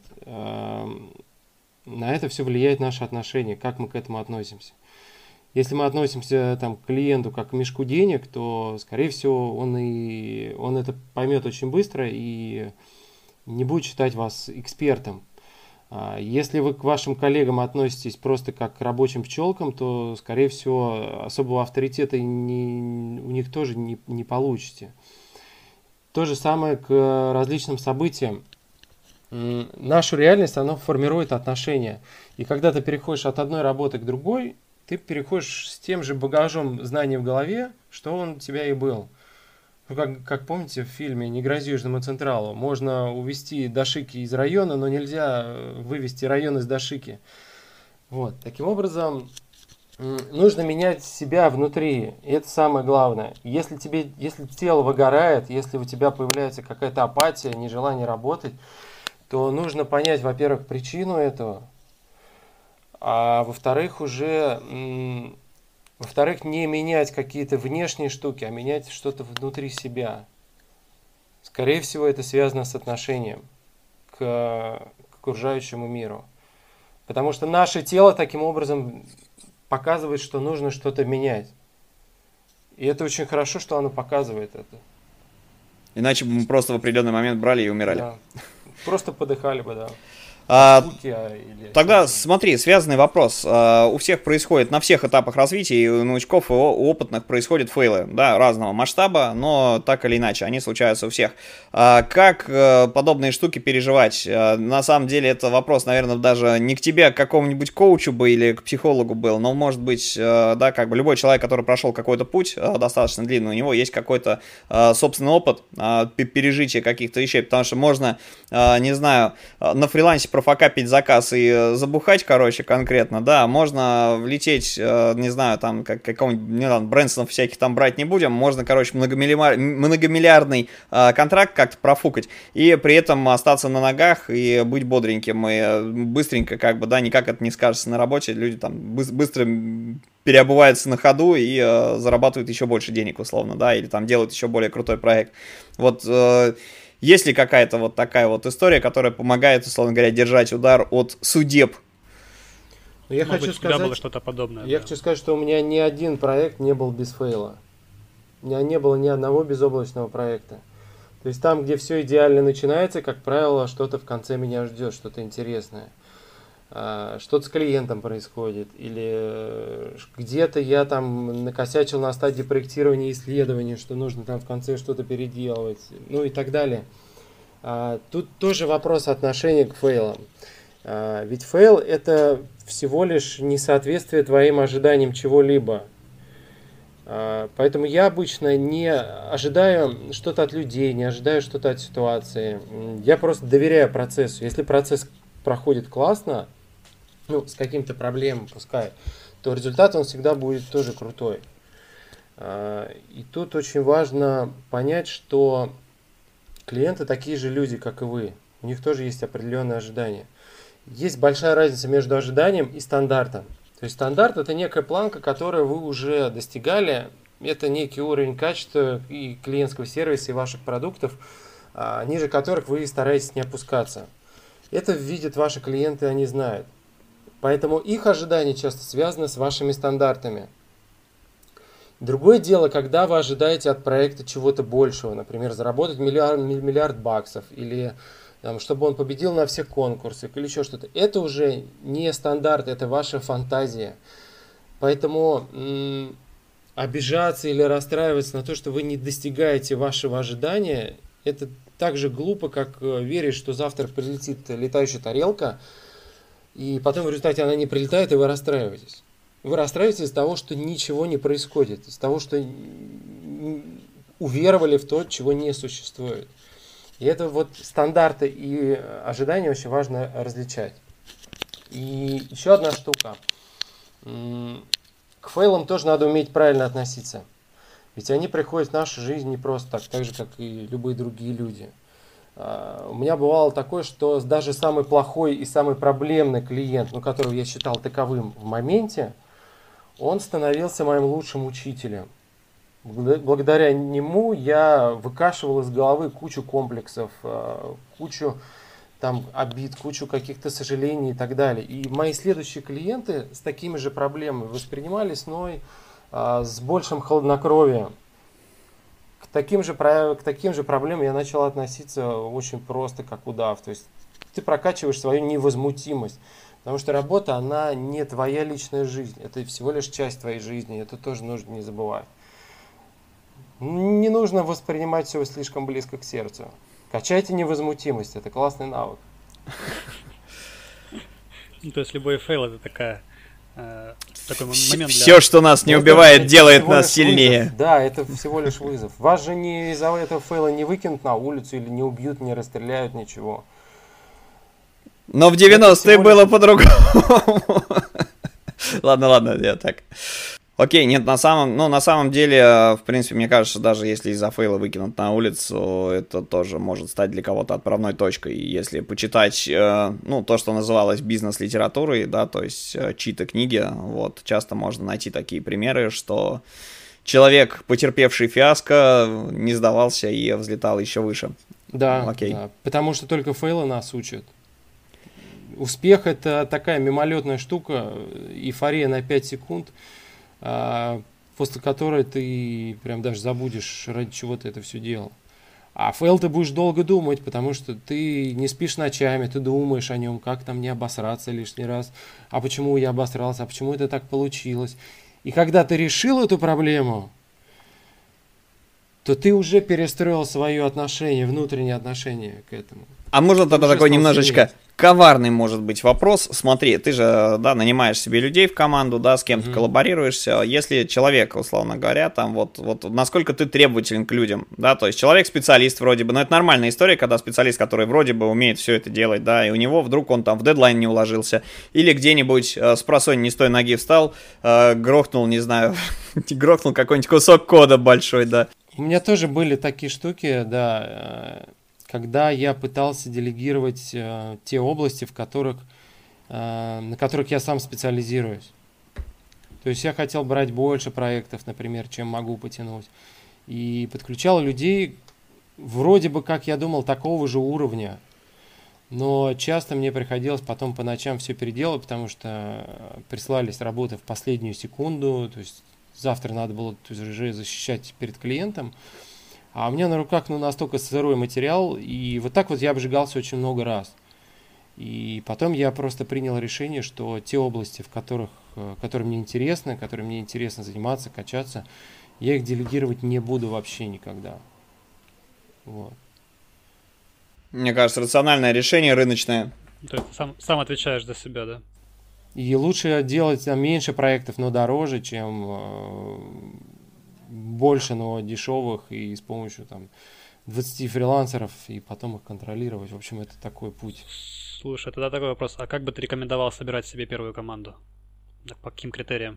на это все влияет наше отношение, как мы к этому относимся. Если мы относимся там, к клиенту как к мешку денег, то, скорее всего, он это поймет очень быстро и не будет считать вас экспертом. Если вы к вашим коллегам относитесь просто как к рабочим пчелкам, то, скорее всего, особого авторитета у них тоже не получите. То же самое к различным событиям. Нашу реальность, она формирует отношения. И когда ты переходишь от одной работы к другой, ты переходишь с тем же багажом знаний в голове, что он у тебя и был. Ну, как помните в фильме «Не грози Южному Централу», можно увезти дашики из района, но нельзя вывести район из дашики. Вот. Таким образом, нужно менять себя внутри, и это самое главное. Если тело выгорает, если у тебя появляется какая-то апатия, нежелание работать, то нужно понять, во-первых, причину этого, а во-вторых, не менять какие-то внешние штуки, а менять что-то внутри себя. Скорее всего, это связано с отношением к окружающему миру. Потому что наше тело таким образом показывает, что нужно что-то менять. И это очень хорошо, что оно показывает это. Иначе бы мы просто в определенный момент брали и умирали. Да. Просто подыхали бы, да. Тогда смотри, связанный вопрос. У всех происходит, на всех этапах развития, и у новичков, и у опытных происходят фейлы, да, разного масштаба, но так или иначе, они случаются у всех. Как подобные штуки переживать? На самом деле это вопрос, наверное, даже не к тебе, а к какому-нибудь коучу бы или к психологу был, но может быть, да, как бы любой человек, который прошел какой-то путь достаточно длинный, у него есть какой-то собственный опыт пережития каких-то вещей, потому что можно, не знаю, на фрилансе профокапить заказ и забухать, короче, конкретно, да, можно влететь, не знаю, там, как какого-нибудь, не знаю, Брэнсонов всяких там брать не будем, можно, короче, многомиллиардный контракт как-то профукать, и при этом остаться на ногах и быть бодреньким, и быстренько, как бы, да, никак это не скажется на работе, люди там быстро переобуваются на ходу и зарабатывают еще больше денег, условно, да, или там делают еще более крутой проект. Вот есть ли какая-то вот такая вот история, которая помогает, условно говоря, держать удар от судеб? Я хочу сказать, было что-то подобное. Я хочу сказать, что у меня ни один проект не был без фейла. У меня не было ни одного безоблачного проекта. То есть там, где все идеально начинается, как правило, что-то в конце меня ждет, что-то интересное. Что-то с клиентом происходит, или где-то я там накосячил на стадии проектирования и исследования, что нужно там в конце что-то переделывать, ну и так далее. Тут тоже вопрос отношения к фейлам. Ведь фейл — это всего лишь несоответствие твоим ожиданиям чего-либо. Поэтому я обычно не ожидаю что-то от людей, не ожидаю что-то от ситуации. Я просто доверяю процессу. Если процесс проходит классно, ну, с какими-то проблемами пускай, то результат он всегда будет тоже крутой. И тут очень важно понять, что клиенты такие же люди, как и вы. У них тоже есть определенные ожидания. Есть большая разница между ожиданием и стандартом. То есть стандарт — это некая планка, которую вы уже достигали. Это некий уровень качества и клиентского сервиса, и ваших продуктов, ниже которых вы стараетесь не опускаться. Это видят ваши клиенты, они знают. Поэтому их ожидания часто связаны с вашими стандартами. Другое дело, когда вы ожидаете от проекта чего-то большего, например, заработать миллиард баксов, или там, чтобы он победил на всех конкурсах, или еще что-то. Это уже не стандарт, это ваша фантазия. Поэтому обижаться или расстраиваться на то, что вы не достигаете вашего ожидания, это так же глупо, как верить, что завтра прилетит летающая тарелка, и потом в результате она не прилетает, и вы расстраиваетесь. Вы расстраиваетесь из-за того, что ничего не происходит, из-за того, что уверовали в то, чего не существует. И это вот стандарты и ожидания очень важно различать. И еще одна штука. К фейлам тоже надо уметь правильно относиться. Ведь они приходят в нашу жизнь не просто так же, как и любые другие люди. У меня бывало такое, что даже самый плохой и самый проблемный клиент, которого я считал таковым в моменте, он становился моим лучшим учителем. Благодаря нему я выкашивал из головы кучу комплексов, кучу обид, кучу каких-то сожалений и так далее. И мои следующие клиенты с такими же проблемами воспринимались мной с большим хладнокровием. К таким же проблемам я начал относиться очень просто, как удав. То есть ты прокачиваешь свою невозмутимость. Потому что работа, она не твоя личная жизнь. Это всего лишь часть твоей жизни. Это тоже нужно не забывать. Не нужно воспринимать все слишком близко к сердцу. Качайте невозмутимость. Это классный навык. То есть любой фейл это такой момент. Все, что нас не убивает, делает нас сильнее. Вызов. Да, это всего лишь вызов. Вас же из-за этого фейла не выкинут на улицу или не убьют, не расстреляют, ничего. Но в 90-е было по-другому. Ладно, я так. Окей, нет, на самом деле, в принципе, мне кажется, даже если из-за фейла выкинут на улицу, это тоже может стать для кого-то отправной точкой. Если почитать, то, что называлось бизнес-литературой, да, то есть чьи-то книги, вот, часто можно найти такие примеры, что человек, потерпевший фиаско, не сдавался и взлетал еще выше. Да, окей. Да, потому что только фейлы нас учат. Успех — это такая мимолетная штука, эйфория на 5 секунд, после которой ты прям даже забудешь, ради чего ты это все делал. А фейл ты будешь долго думать, потому что ты не спишь ночами, ты думаешь о нем, как там не обосраться лишний раз, а почему я обосрался, а почему это так получилось. И когда ты решил эту проблему, то ты уже перестроил свое отношение, внутреннее отношение к этому. А может это такой немножечко коварный может быть вопрос. Смотри, ты же, да, нанимаешь себе людей в команду, да, с кем-то коллаборируешься. Если человек, условно говоря, там вот насколько ты требователен к людям, да, то есть человек специалист вроде бы, но это нормальная история, когда специалист, который вроде бы умеет все это делать, да, и у него вдруг он там в дедлайн не уложился, или где-нибудь с просонья не с той ноги встал, грохнул, не знаю, грохнул какой-нибудь кусок кода большой, да. У меня тоже были такие штуки, да, когда я пытался делегировать те области, на которых я сам специализируюсь. То есть я хотел брать больше проектов, например, чем могу потянуть. И подключал людей, вроде бы, как я думал, такого же уровня. Но часто мне приходилось потом по ночам все переделать, потому что прислались работы в последнюю секунду. То есть завтра надо было уже защищать перед клиентом. А у меня на руках настолько сырой материал, и вот так вот я обжигался очень много раз. И потом я просто принял решение, что те области, которые мне интересно заниматься, качаться, я их делегировать не буду вообще никогда. Вот. Мне кажется, рациональное решение, рыночное. То есть ты сам отвечаешь за себя, да? И лучше делать меньше проектов, но дороже, чем больше, но дешевых, и с помощью 20 фрилансеров, и потом их контролировать. В общем, это такой путь. Слушай, тогда такой вопрос. А как бы ты рекомендовал собирать себе первую команду? По каким критериям?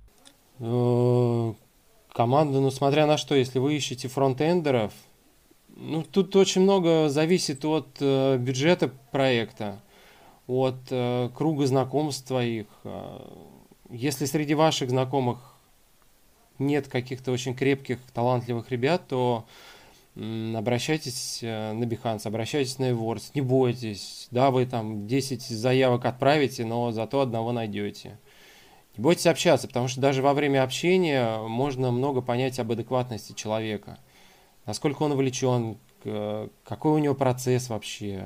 Команду, смотря на что. Если вы ищете фронтендеров, тут очень много зависит от бюджета проекта, от круга знакомств твоих. Если среди ваших знакомых нет каких-то очень крепких, талантливых ребят, то обращайтесь на Behance, обращайтесь на Ewords, не бойтесь, да, вы там 10 заявок отправите, но зато одного найдете. Не бойтесь общаться, потому что даже во время общения можно много понять об адекватности человека, насколько он увлечен, какой у него процесс вообще,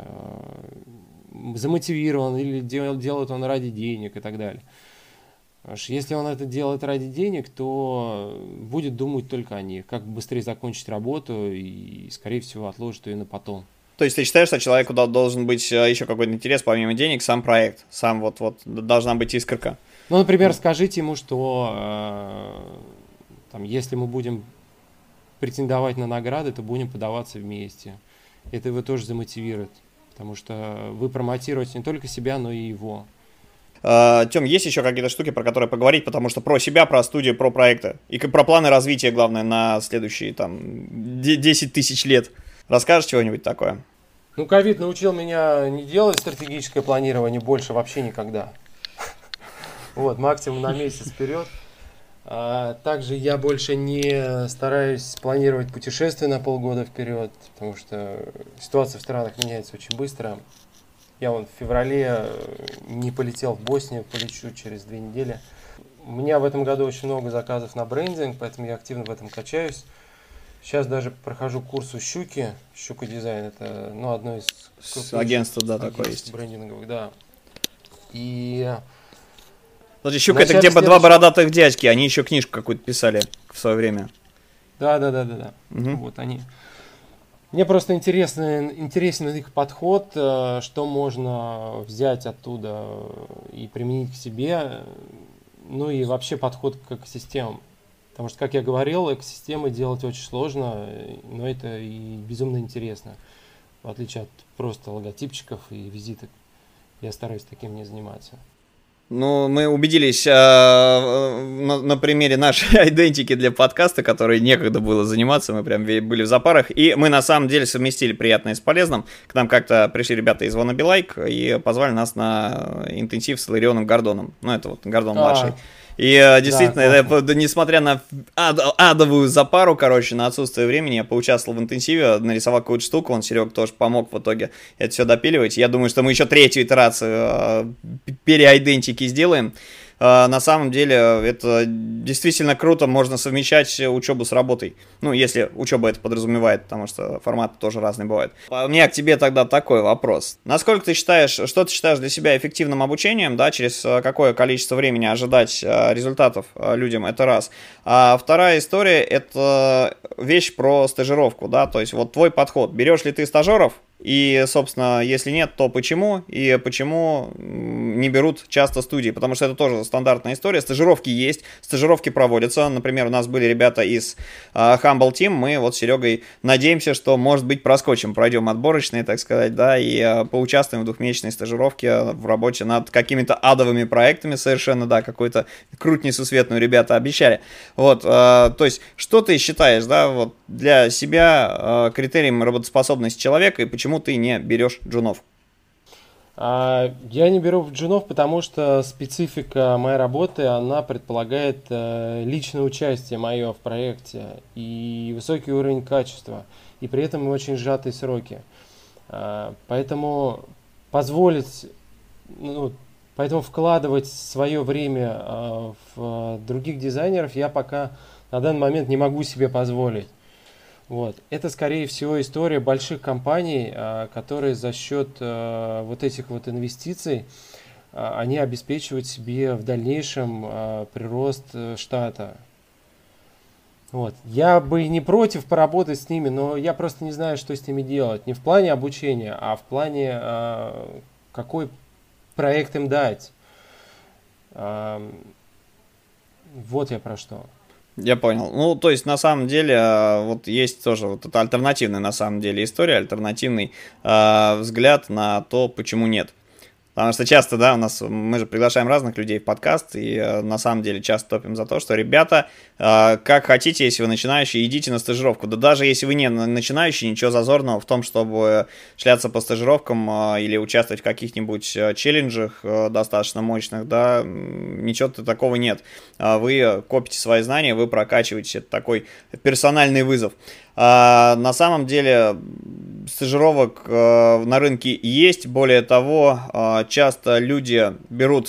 замотивирован или делает он ради денег и так далее. Потому что если он это делает ради денег, то будет думать только о них, как быстрее закончить работу и, скорее всего, отложит ее на потом. То есть ты считаешь, что человеку должен быть еще какой-то интерес, помимо денег, сам проект, сам вот должна быть искорка? Ну, например, скажите ему, что там, если мы будем претендовать на награды, то будем подаваться вместе. Это его тоже замотивирует, потому что вы промотируете не только себя, но и его. Тём, есть еще какие-то штуки, про которые поговорить, потому что про себя, про студию, про проекты и про планы развития, главное, на следующие там 10 тысяч лет. Расскажешь чего-нибудь такое? Ну, ковид научил меня не делать стратегическое планирование больше вообще никогда. Вот, максимум на месяц вперед. Также я больше не стараюсь планировать путешествия на полгода вперед, потому что ситуация в странах меняется очень быстро. Я вон в феврале не полетел в Боснию, полечу через 2 недели. У меня в этом году очень много заказов на брендинг, поэтому я активно в этом качаюсь. Сейчас даже прохожу курс у Щуки. Щука дизайн — это одно из агентств, да, такое есть. Брендинговых, да. И Подожди, Щука — это где два бородатых дядьки, они еще книжку какую-то писали в свое время. Да. Угу. Вот они. Мне просто интересен их подход, что можно взять оттуда и применить к себе, ну и вообще подход к экосистемам. Потому что, как я говорил, экосистемы делать очень сложно, но это и безумно интересно. В отличие от просто логотипчиков и визиток. Я стараюсь таким не заниматься. Ну, мы убедились на примере нашей идентики для подкаста, которой некогда было заниматься, мы прям были в запарах, и мы на самом деле совместили приятное с полезным. К нам как-то пришли ребята из Wanna Be Like и позвали нас на интенсив с Иларионом Гордоном. Ну, это вот Гордон младший. И действительно, да, несмотря на адовую запару, на отсутствие времени, я поучаствовал в интенсиве, нарисовал какую-то штуку, он, Серег, тоже помог в итоге это все допиливать. Я думаю, что мы еще 3-ю итерацию переайдентики сделаем. На самом деле, это действительно круто, можно совмещать учебу с работой. Ну, если учеба это подразумевает, потому что форматы тоже разные бывают. У меня к тебе тогда такой вопрос. Насколько ты считаешь, что ты считаешь для себя эффективным обучением, да, через какое количество времени ожидать результатов людям, это раз. А вторая история, это вещь про стажировку, да, то есть вот твой подход. Берешь ли ты стажеров? И, собственно, если нет, то почему? И почему не берут часто студии? Потому что это тоже стандартная история. Стажировки есть, стажировки проводятся. Например, у нас были ребята из Humble Team. Мы вот с Серегой надеемся, что, может быть, проскочим, пройдем отборочные, так сказать, да, и поучаствуем в 2-месячной стажировке в работе над какими-то адовыми проектами совершенно, да, какую-то круть несусветную ребята обещали. Вот, то есть, что ты считаешь, да, вот для себя критерием работоспособности человека и почему ты не берешь джунов? Я не беру джунов, потому что специфика моей работы, она предполагает личное участие мое в проекте и высокий уровень качества, и при этом очень сжатые сроки. Поэтому вкладывать свое время в других дизайнеров я пока на данный момент не могу себе позволить. Вот. Это, скорее всего, история больших компаний, которые за счет вот этих вот инвестиций, они обеспечивают себе в дальнейшем прирост штата. Вот. Я бы не против поработать с ними, но я просто не знаю, что с ними делать. Не в плане обучения, а в плане, какой проект им дать. Вот я про что. Я понял. Ну, то есть, на самом деле, вот есть тоже вот это альтернативная, на самом деле, история, альтернативный взгляд на то, почему нет. Потому что часто, да, мы же приглашаем разных людей в подкаст, и на самом деле часто топим за то, что, ребята, как хотите, если вы начинающие, идите на стажировку. Да даже если вы не начинающий, ничего зазорного в том, чтобы шляться по стажировкам или участвовать в каких-нибудь челленджах достаточно мощных, да, ничего такого нет. Вы копите свои знания, вы прокачиваете, это такой персональный вызов. На самом деле стажировок на рынке есть, более того, часто люди берут,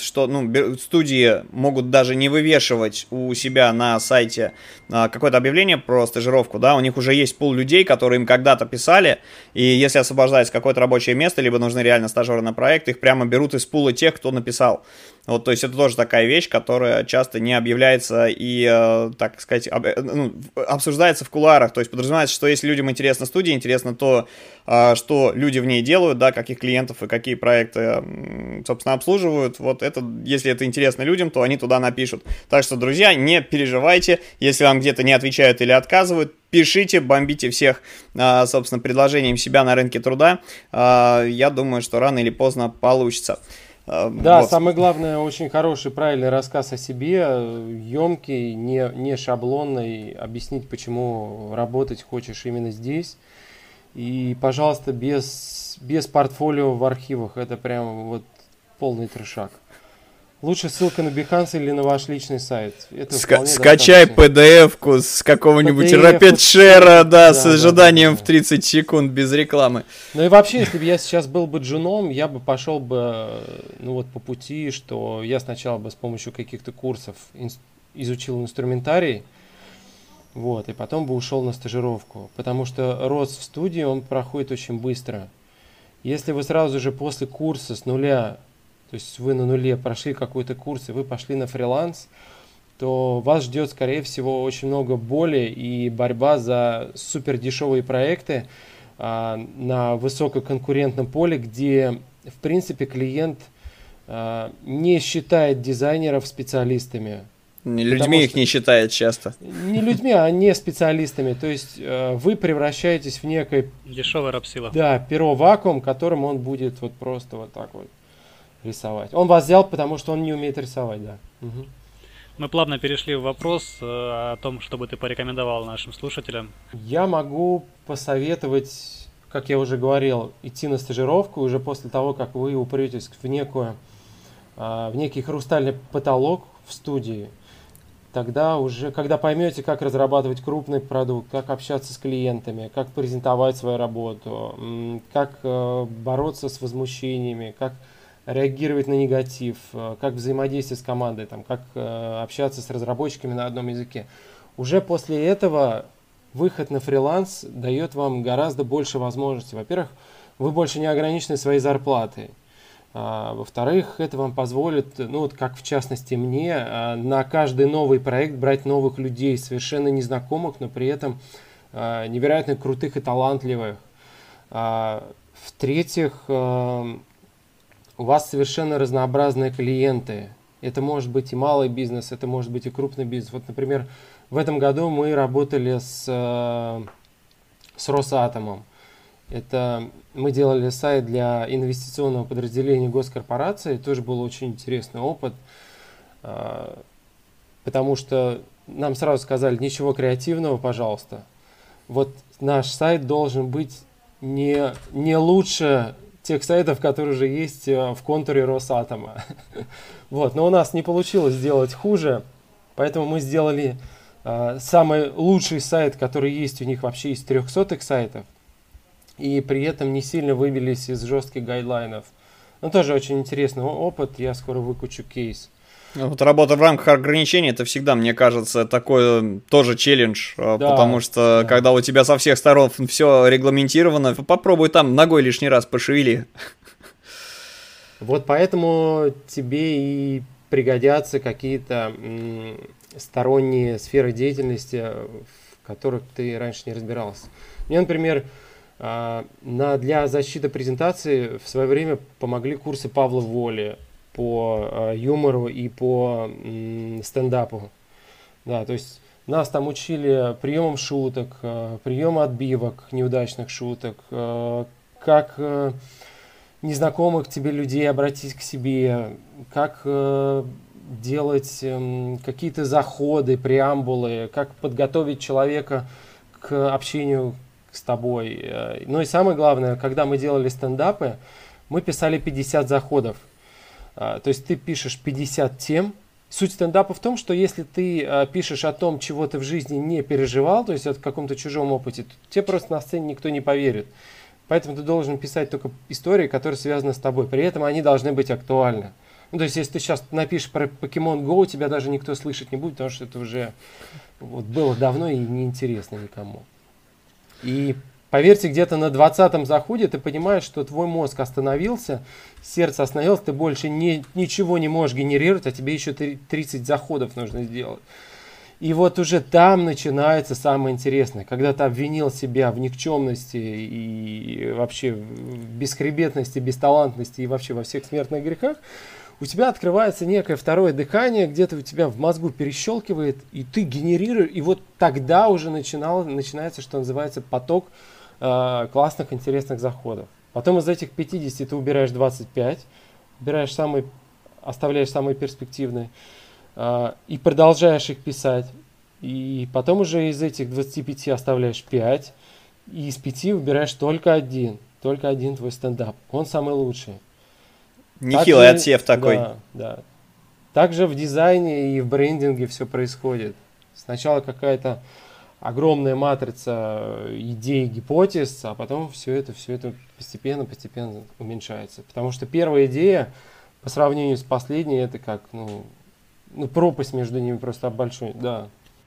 студии могут даже не вывешивать у себя на сайте какое-то объявление про стажировку, да, у них уже есть пул людей, которые им когда-то писали, и если освобождается какое-то рабочее место, либо нужны реально стажеры на проект, их прямо берут из пула тех, кто написал. Вот, то есть это тоже такая вещь, которая часто не объявляется и, так сказать, обсуждается в кулуарах. То есть подразумевается, что если людям интересна студия, интересно то, что люди в ней делают, да, каких клиентов и какие проекты, собственно, обслуживают. Вот это, если это интересно людям, то они туда напишут. Так что, друзья, не переживайте, если вам где-то не отвечают или отказывают, пишите, бомбите всех, собственно, предложением себя на рынке труда. Я думаю, что рано или поздно получится. Да, вот. Самое главное, очень хороший, правильный рассказ о себе, емкий, не шаблонный, объяснить, почему работать хочешь именно здесь. И, пожалуйста, без портфолио в архивах, это прям вот полный трешак. Лучше ссылка на Behance или на ваш личный сайт. Это скачай PDF-ку с какого-нибудь RapidShare, да, с ожиданием в 30 секунд без рекламы. Ну и вообще, если бы я сейчас был бы джуном, я бы пошел бы по пути, что я сначала бы с помощью каких-то курсов изучил инструментарий, вот, и потом бы ушел на стажировку. Потому что рост в студии, он проходит очень быстро. Если вы сразу же после курса с нуля, то есть вы на нуле прошли какой-то курс, и вы пошли на фриланс, то вас ждет, скорее всего, очень много боли и борьба за супер дешевые проекты на высококонкурентном поле, где, в принципе, клиент не считает дизайнеров специалистами. Людьми их не считает часто. Не людьми, а не специалистами. То есть вы превращаетесь в некое... Дешевая рабсила. Да, перо-вакуум, которым он будет вот просто вот так вот рисовать. Он вас взял, потому что он не умеет рисовать, да. Угу. Мы плавно перешли в вопрос о том, что бы ты порекомендовал нашим слушателям. Я могу посоветовать, как я уже говорил, идти на стажировку уже после того, как вы упретесь в некий хрустальный потолок в студии. Тогда уже, когда поймете, как разрабатывать крупный продукт, как общаться с клиентами, как презентовать свою работу, как бороться с возмущениями, как реагировать на негатив, как взаимодействовать с командой, как общаться с разработчиками на одном языке. Уже после этого выход на фриланс дает вам гораздо больше возможностей. Во-первых, вы больше не ограничены своей зарплатой. Во-вторых, это вам позволит, как в частности мне, на каждый новый проект брать новых людей, совершенно незнакомых, но при этом невероятно крутых и талантливых. В-третьих, у вас совершенно разнообразные клиенты. Это может быть и малый бизнес, это может быть и крупный бизнес. Вот, например, в этом году мы работали с Росатомом. Это мы делали сайт для инвестиционного подразделения госкорпорации. Тоже был очень интересный опыт, потому что нам сразу сказали: ничего креативного, пожалуйста. Вот наш сайт должен быть не лучше тех сайтов, которые уже есть в контуре Росатома. Вот. Но у нас не получилось сделать хуже, поэтому мы сделали самый лучший сайт, который есть у них вообще из 300 сайтов, и при этом не сильно выбились из жестких гайдлайнов. Но тоже очень интересный опыт, я скоро выкучу кейс. Вот работа в рамках ограничений, это всегда, мне кажется, такой тоже челлендж, да, потому что когда у тебя со всех сторон все регламентировано, попробуй там ногой лишний раз пошевели. Вот поэтому тебе и пригодятся какие-то сторонние сферы деятельности, в которых ты раньше не разбирался. Мне, например, для защиты презентации в свое время помогли курсы Павла Воли по юмору и по стендапу. Да, то есть нас там учили приемам шуток, приему отбивок, неудачных шуток, как незнакомых тебе людей обратить к себе, как делать какие-то заходы, преамбулы, как подготовить человека к общению с тобой. Ну и самое главное, когда мы делали стендапы, мы писали 50 заходов. То есть ты пишешь 50 тем. Суть стендапа в том, что если ты пишешь о том, чего ты в жизни не переживал, то есть о каком-то чужом опыте, то тебе просто на сцене никто не поверит. Поэтому ты должен писать только истории, которые связаны с тобой. При этом они должны быть актуальны. Ну, то есть, если ты сейчас напишешь про Pokemon Go, тебя даже никто слышать не будет, потому что это уже вот было давно и неинтересно никому. И поверьте, где-то на 20-м заходе ты понимаешь, что твой мозг остановился, сердце остановилось, ты больше ничего не можешь генерировать, а тебе еще 30 заходов нужно сделать. И вот уже там начинается самое интересное, когда ты обвинил себя в никчемности и вообще в бесхребетности, бесталантности и вообще во всех смертных грехах, у тебя открывается некое второе дыхание, где-то у тебя в мозгу перещелкивает, и ты генерируешь, и вот тогда уже начинается, что называется, поток классных, интересных заходов. Потом из этих 50 ты убираешь 25, оставляешь самые перспективные, и продолжаешь их писать. И потом уже из этих 25 оставляешь 5, и из 5 выбираешь только один твой стендап. Он самый лучший. Нехилый отсев такой. Да, да. Также в дизайне и в брендинге все происходит. Сначала какая-то огромная матрица идей, гипотез, а потом все это постепенно уменьшается. Потому что первая идея по сравнению с последней, это как, пропасть между ними просто большой, да.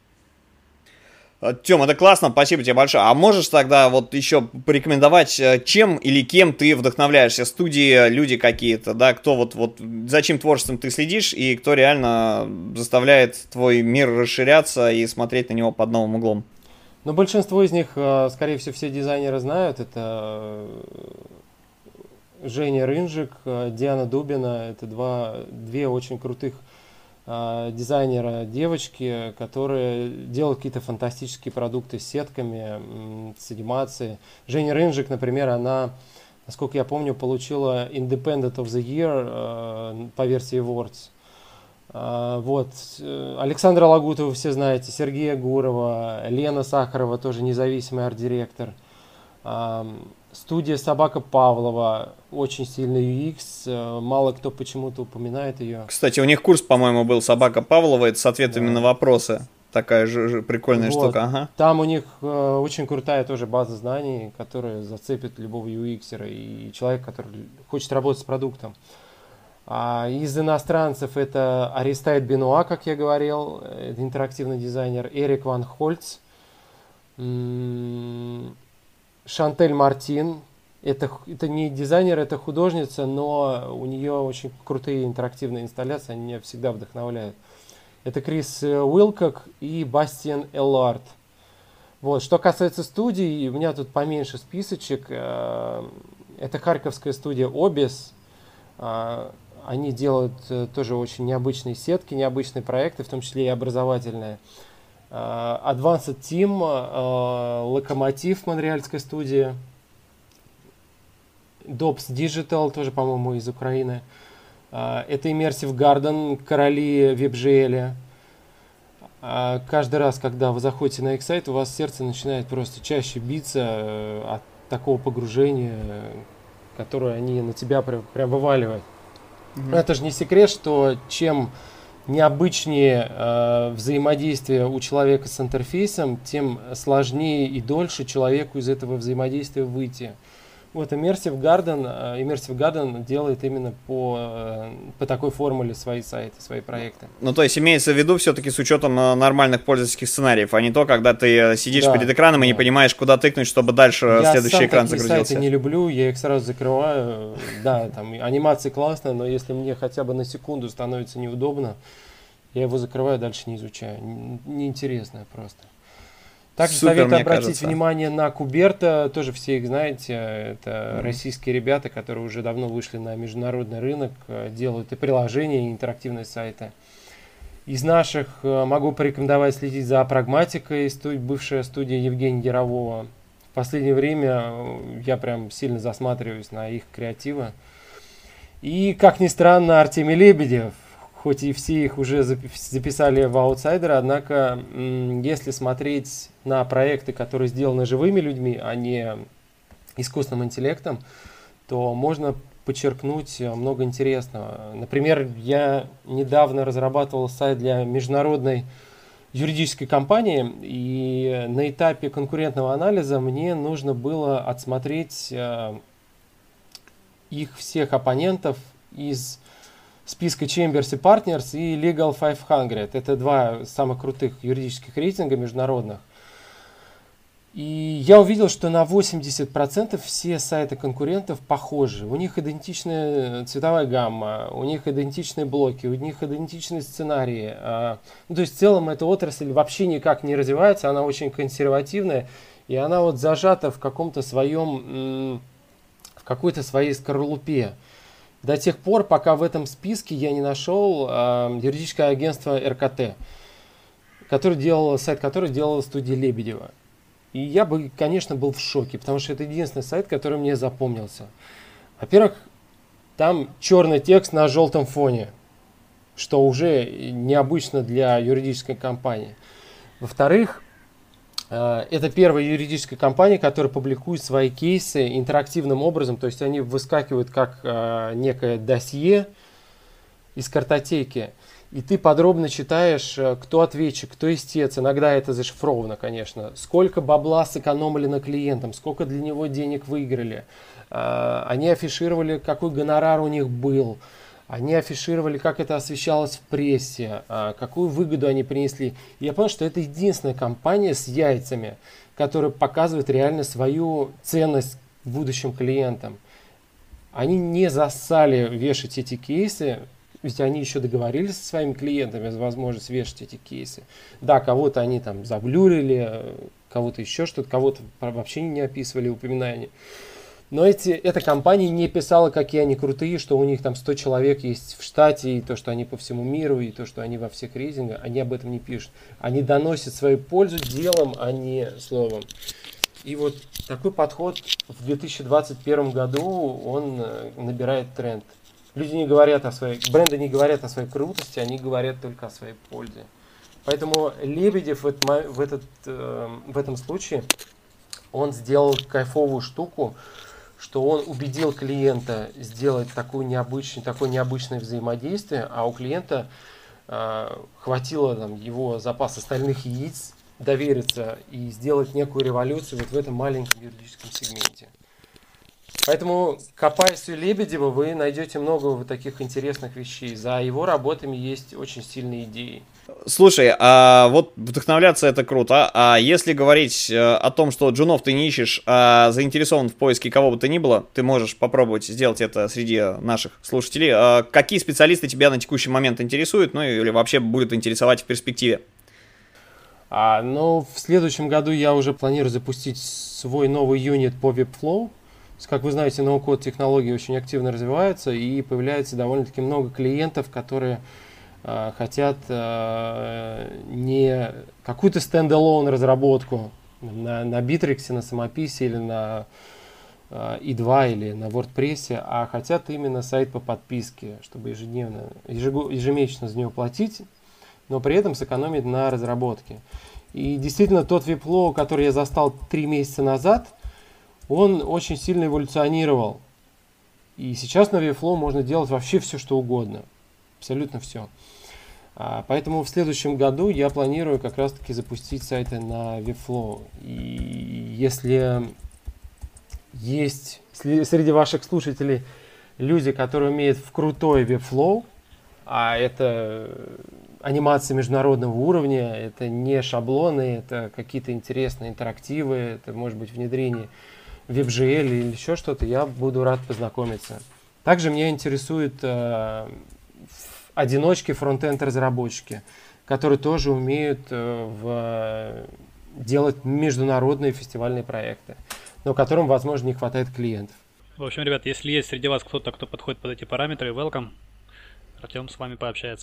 Тём, это классно, спасибо тебе большое. А можешь тогда вот еще порекомендовать, чем или кем ты вдохновляешься? Студии, люди какие-то, да? Кто вот за чьим творчеством ты следишь и кто реально заставляет твой мир расширяться и смотреть на него под новым углом? Ну, большинство из них, скорее всего, все дизайнеры знают. Это Женя Рынжик, Диана Дубина. Это две очень крутых дизайнера девочки, которые делают какие-то фантастические продукты с сетками, с анимацией. Женя Рынжик, например, она, насколько я помню, получила Independent of the Year по версии Awards. Вот. Александра Лагутова все знаете, Сергея Гурова, Лена Сахарова, тоже независимый арт-директор. Студия Собака Павлова, очень сильный UX, мало кто почему-то упоминает ее. Кстати, у них курс, по-моему, был Собака Павлова, это с ответами на вопросы. Такая же прикольная штука. Ага. Там у них очень крутая тоже база знаний, которая зацепит любого UX-ера и человека, который хочет работать с продуктом. Из иностранцев это Аристайд Бенуа, как я говорил, интерактивный дизайнер, Эрик Ван Хольц, Шантель Мартин. Это не дизайнер, это художница, но у нее очень крутые интерактивные инсталляции, они меня всегда вдохновляют. Это Крис Уилкок и Бастиан Эллард. Вот. Что касается студий, у меня тут поменьше списочек. Это харьковская студия Obis. Они делают тоже очень необычные сетки, необычные проекты, в том числе и образовательные. Advanced Team, Локомотив, монреальская студия. Dobbs Digital, тоже, по-моему, из Украины. Это Immersive Garden, короли WebGL. Каждый раз, когда вы заходите на их сайт, у вас сердце начинает просто чаще биться от такого погружения, которое они на тебя прям вываливают. Mm-hmm. Это же не секрет, что чем необычнее взаимодействие у человека с интерфейсом, тем сложнее и дольше человеку из этого взаимодействия выйти. Вот Immersive Garden делает именно по такой формуле свои сайты, свои проекты. Ну, то есть имеется в виду все-таки с учетом нормальных пользовательских сценариев, а не то, когда ты сидишь перед экраном и не понимаешь, куда тыкнуть, чтобы дальше следующий экран загрузился. Я сайты не люблю, я их сразу закрываю. Да, там анимация классная, но если мне хотя бы на секунду становится неудобно, я его закрываю, дальше не изучаю. Неинтересно просто. Также совет обратить внимание на Куберта, тоже все их знаете, это российские ребята, которые уже давно вышли на международный рынок, делают и приложения, и интерактивные сайты. Из наших могу порекомендовать следить за Прагматикой, бывшая студия Евгения Ярового. В последнее время я прям сильно засматриваюсь на их креативы. И, как ни странно, Артемий Лебедев, хоть и все их уже записали в аутсайдеры, однако, если смотреть на проекты, которые сделаны живыми людьми, а не искусственным интеллектом, то можно подчеркнуть много интересного. Например, я недавно разрабатывал сайт для международной юридической компании, и на этапе конкурентного анализа мне нужно было отсмотреть их всех оппонентов из списка Chambers и Partners и Legal 500. Это два самых крутых юридических рейтинга международных. И я увидел, что на 80% все сайты конкурентов похожи. У них идентичная цветовая гамма, у них идентичные блоки, у них идентичные сценарии. Ну, то есть в целом эта отрасль вообще никак не развивается, она очень консервативная, и она вот зажата в каком-то своем, в какой-то своей скорлупе. До тех пор, пока в этом списке я не нашел юридическое агентство РКТ, сайт которое делала студия Лебедева. И я бы, конечно, был в шоке, потому что это единственный сайт, который мне запомнился. Во-первых, там черный текст на желтом фоне, что уже необычно для юридической компании. Во-вторых, это первая юридическая компания, которая публикует свои кейсы интерактивным образом, то есть они выскакивают как некое досье из картотеки. И ты подробно читаешь, кто ответчик, кто истец. Иногда это зашифровано, конечно. Сколько бабла сэкономили на клиентам, сколько для него денег выиграли. Они афишировали, какой гонорар у них был. Они афишировали, как это освещалось в прессе, какую выгоду они принесли. И я понял, что это единственная компания с яйцами, которая показывает реально свою ценность будущим клиентам. Они не зассали вешать эти кейсы. Ведь они еще договорились со своими клиентами за возможность вешать эти кейсы. Да, кого-то они там заблюрили, кого-то еще что-то, кого-то вообще не описывали упоминания. Но эта компания не писала, какие они крутые, что у них там 100 человек есть в штате, и то, что они по всему миру, и то, что они во всех рейтингах, они об этом не пишут. Они доносят свою пользу делом, а не словом. И вот такой подход в 2021 году, он набирает тренд. Люди не говорят бренды не говорят о своей крутости, они говорят только о своей пользе. Поэтому Лебедев в этом случае, он сделал кайфовую штуку, что он убедил клиента сделать такое необычное взаимодействие, а у клиента хватило его запас остальных яиц довериться и сделать некую революцию вот в этом маленьком юридическом сегменте. Поэтому, копаясь у Лебедева, вы найдете много вот таких интересных вещей. За его работами есть очень сильные идеи. Слушай, а вот вдохновляться это круто, а если говорить о том, что джунов ты не ищешь, а заинтересован в поиске кого бы то ни было, ты можешь попробовать сделать это среди наших слушателей. Какие специалисты тебя на текущий момент интересуют, ну или вообще будут интересовать в перспективе? В следующем году я уже планирую запустить свой новый юнит по Webflow. Как вы знаете, ноу-код технологии очень активно развиваются, и появляется довольно-таки много клиентов, которые хотят не какую-то стендалон разработку на Bittrex, на Самописе или на i2 или на WordPress, а хотят именно сайт по подписке, чтобы ежемесячно за него платить, но при этом сэкономить на разработке. И действительно, тот Webflow, который я застал 3 месяца назад, он очень сильно эволюционировал. И сейчас на Webflow можно делать вообще все, что угодно. Абсолютно все. Поэтому в следующем году я планирую как раз-таки запустить сайты на Webflow. И если есть среди ваших слушателей люди, которые умеют в крутой Webflow, а это анимации международного уровня, это не шаблоны, это какие-то интересные интерактивы, это может быть внедрение WebGL или еще что-то, я буду рад познакомиться. Также меня интересуют одиночки фронт-энд разработчики, которые тоже умеют делать международные фестивальные проекты, но которым, возможно, не хватает клиентов. В общем, ребят, если есть среди вас кто-то, кто подходит под эти параметры, welcome. Артем с вами пообщается.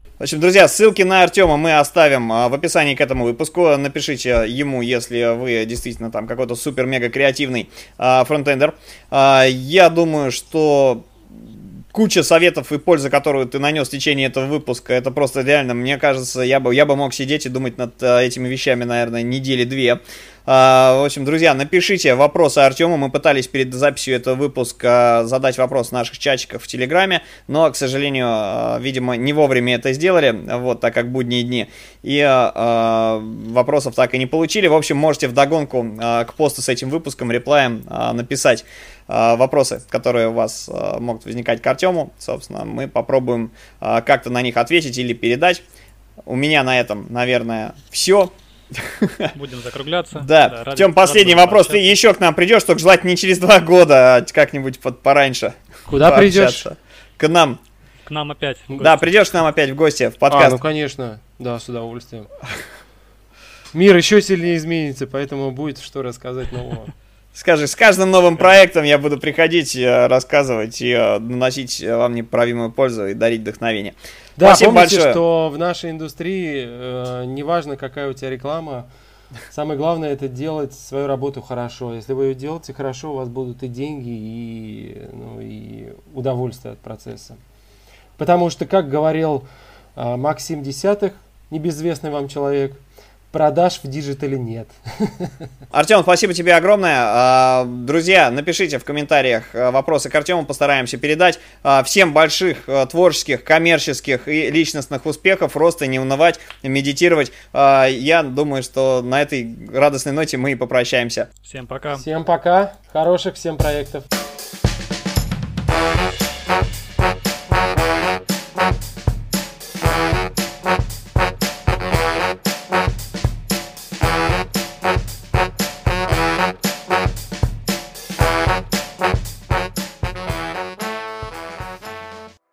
В общем, друзья, ссылки на Артема мы оставим в описании к этому выпуску. Напишите ему, если вы действительно там какой-то супер-мега креативный фронтендер. Я думаю, что куча советов и пользы, которую ты нанес в течение этого выпуска, это просто реально, мне кажется, я бы мог сидеть и думать над этими вещами, наверное, недели две. В общем, друзья, напишите вопросы Артему. Мы пытались перед записью этого выпуска задать вопрос в наших чатиках в Телеграме, но, к сожалению, видимо, не вовремя это сделали, вот, так как будние дни, и вопросов так и не получили. В общем, можете вдогонку к посту с этим выпуском, реплаем, написать вопросы, которые у вас могут возникать к Артему. Собственно, мы попробуем как-то на них ответить или передать. У меня на этом, наверное, все. Будем закругляться. Да, Тём, последний вопрос. Ты еще к нам придешь, только желательно не через 2 года, а как-нибудь пораньше. Куда придешь? К нам. К нам опять. Да, придешь к нам опять в гости, в подкаст. Ну конечно, да, с удовольствием. Мир еще сильнее изменится, поэтому будет что рассказать нового. Скажи, с каждым новым проектом я буду приходить, рассказывать и наносить вам неправимую пользу и дарить вдохновение. Да, спасибо помните, большое. что в нашей индустрии неважно, какая у тебя реклама, самое главное это делать свою работу хорошо. Если вы ее делаете хорошо, у вас будут и деньги, и удовольствие от процесса. Потому что, как говорил Максим Десятых, небезвестный вам человек, продаж в диджитале нет. Артем, спасибо тебе огромное. Друзья, напишите в комментариях вопросы к Артему, постараемся передать. Всем больших творческих, коммерческих и личностных успехов, роста, не унывать, медитировать. Я думаю, что на этой радостной ноте мы и попрощаемся. Всем пока. Всем пока. Хороших всем проектов.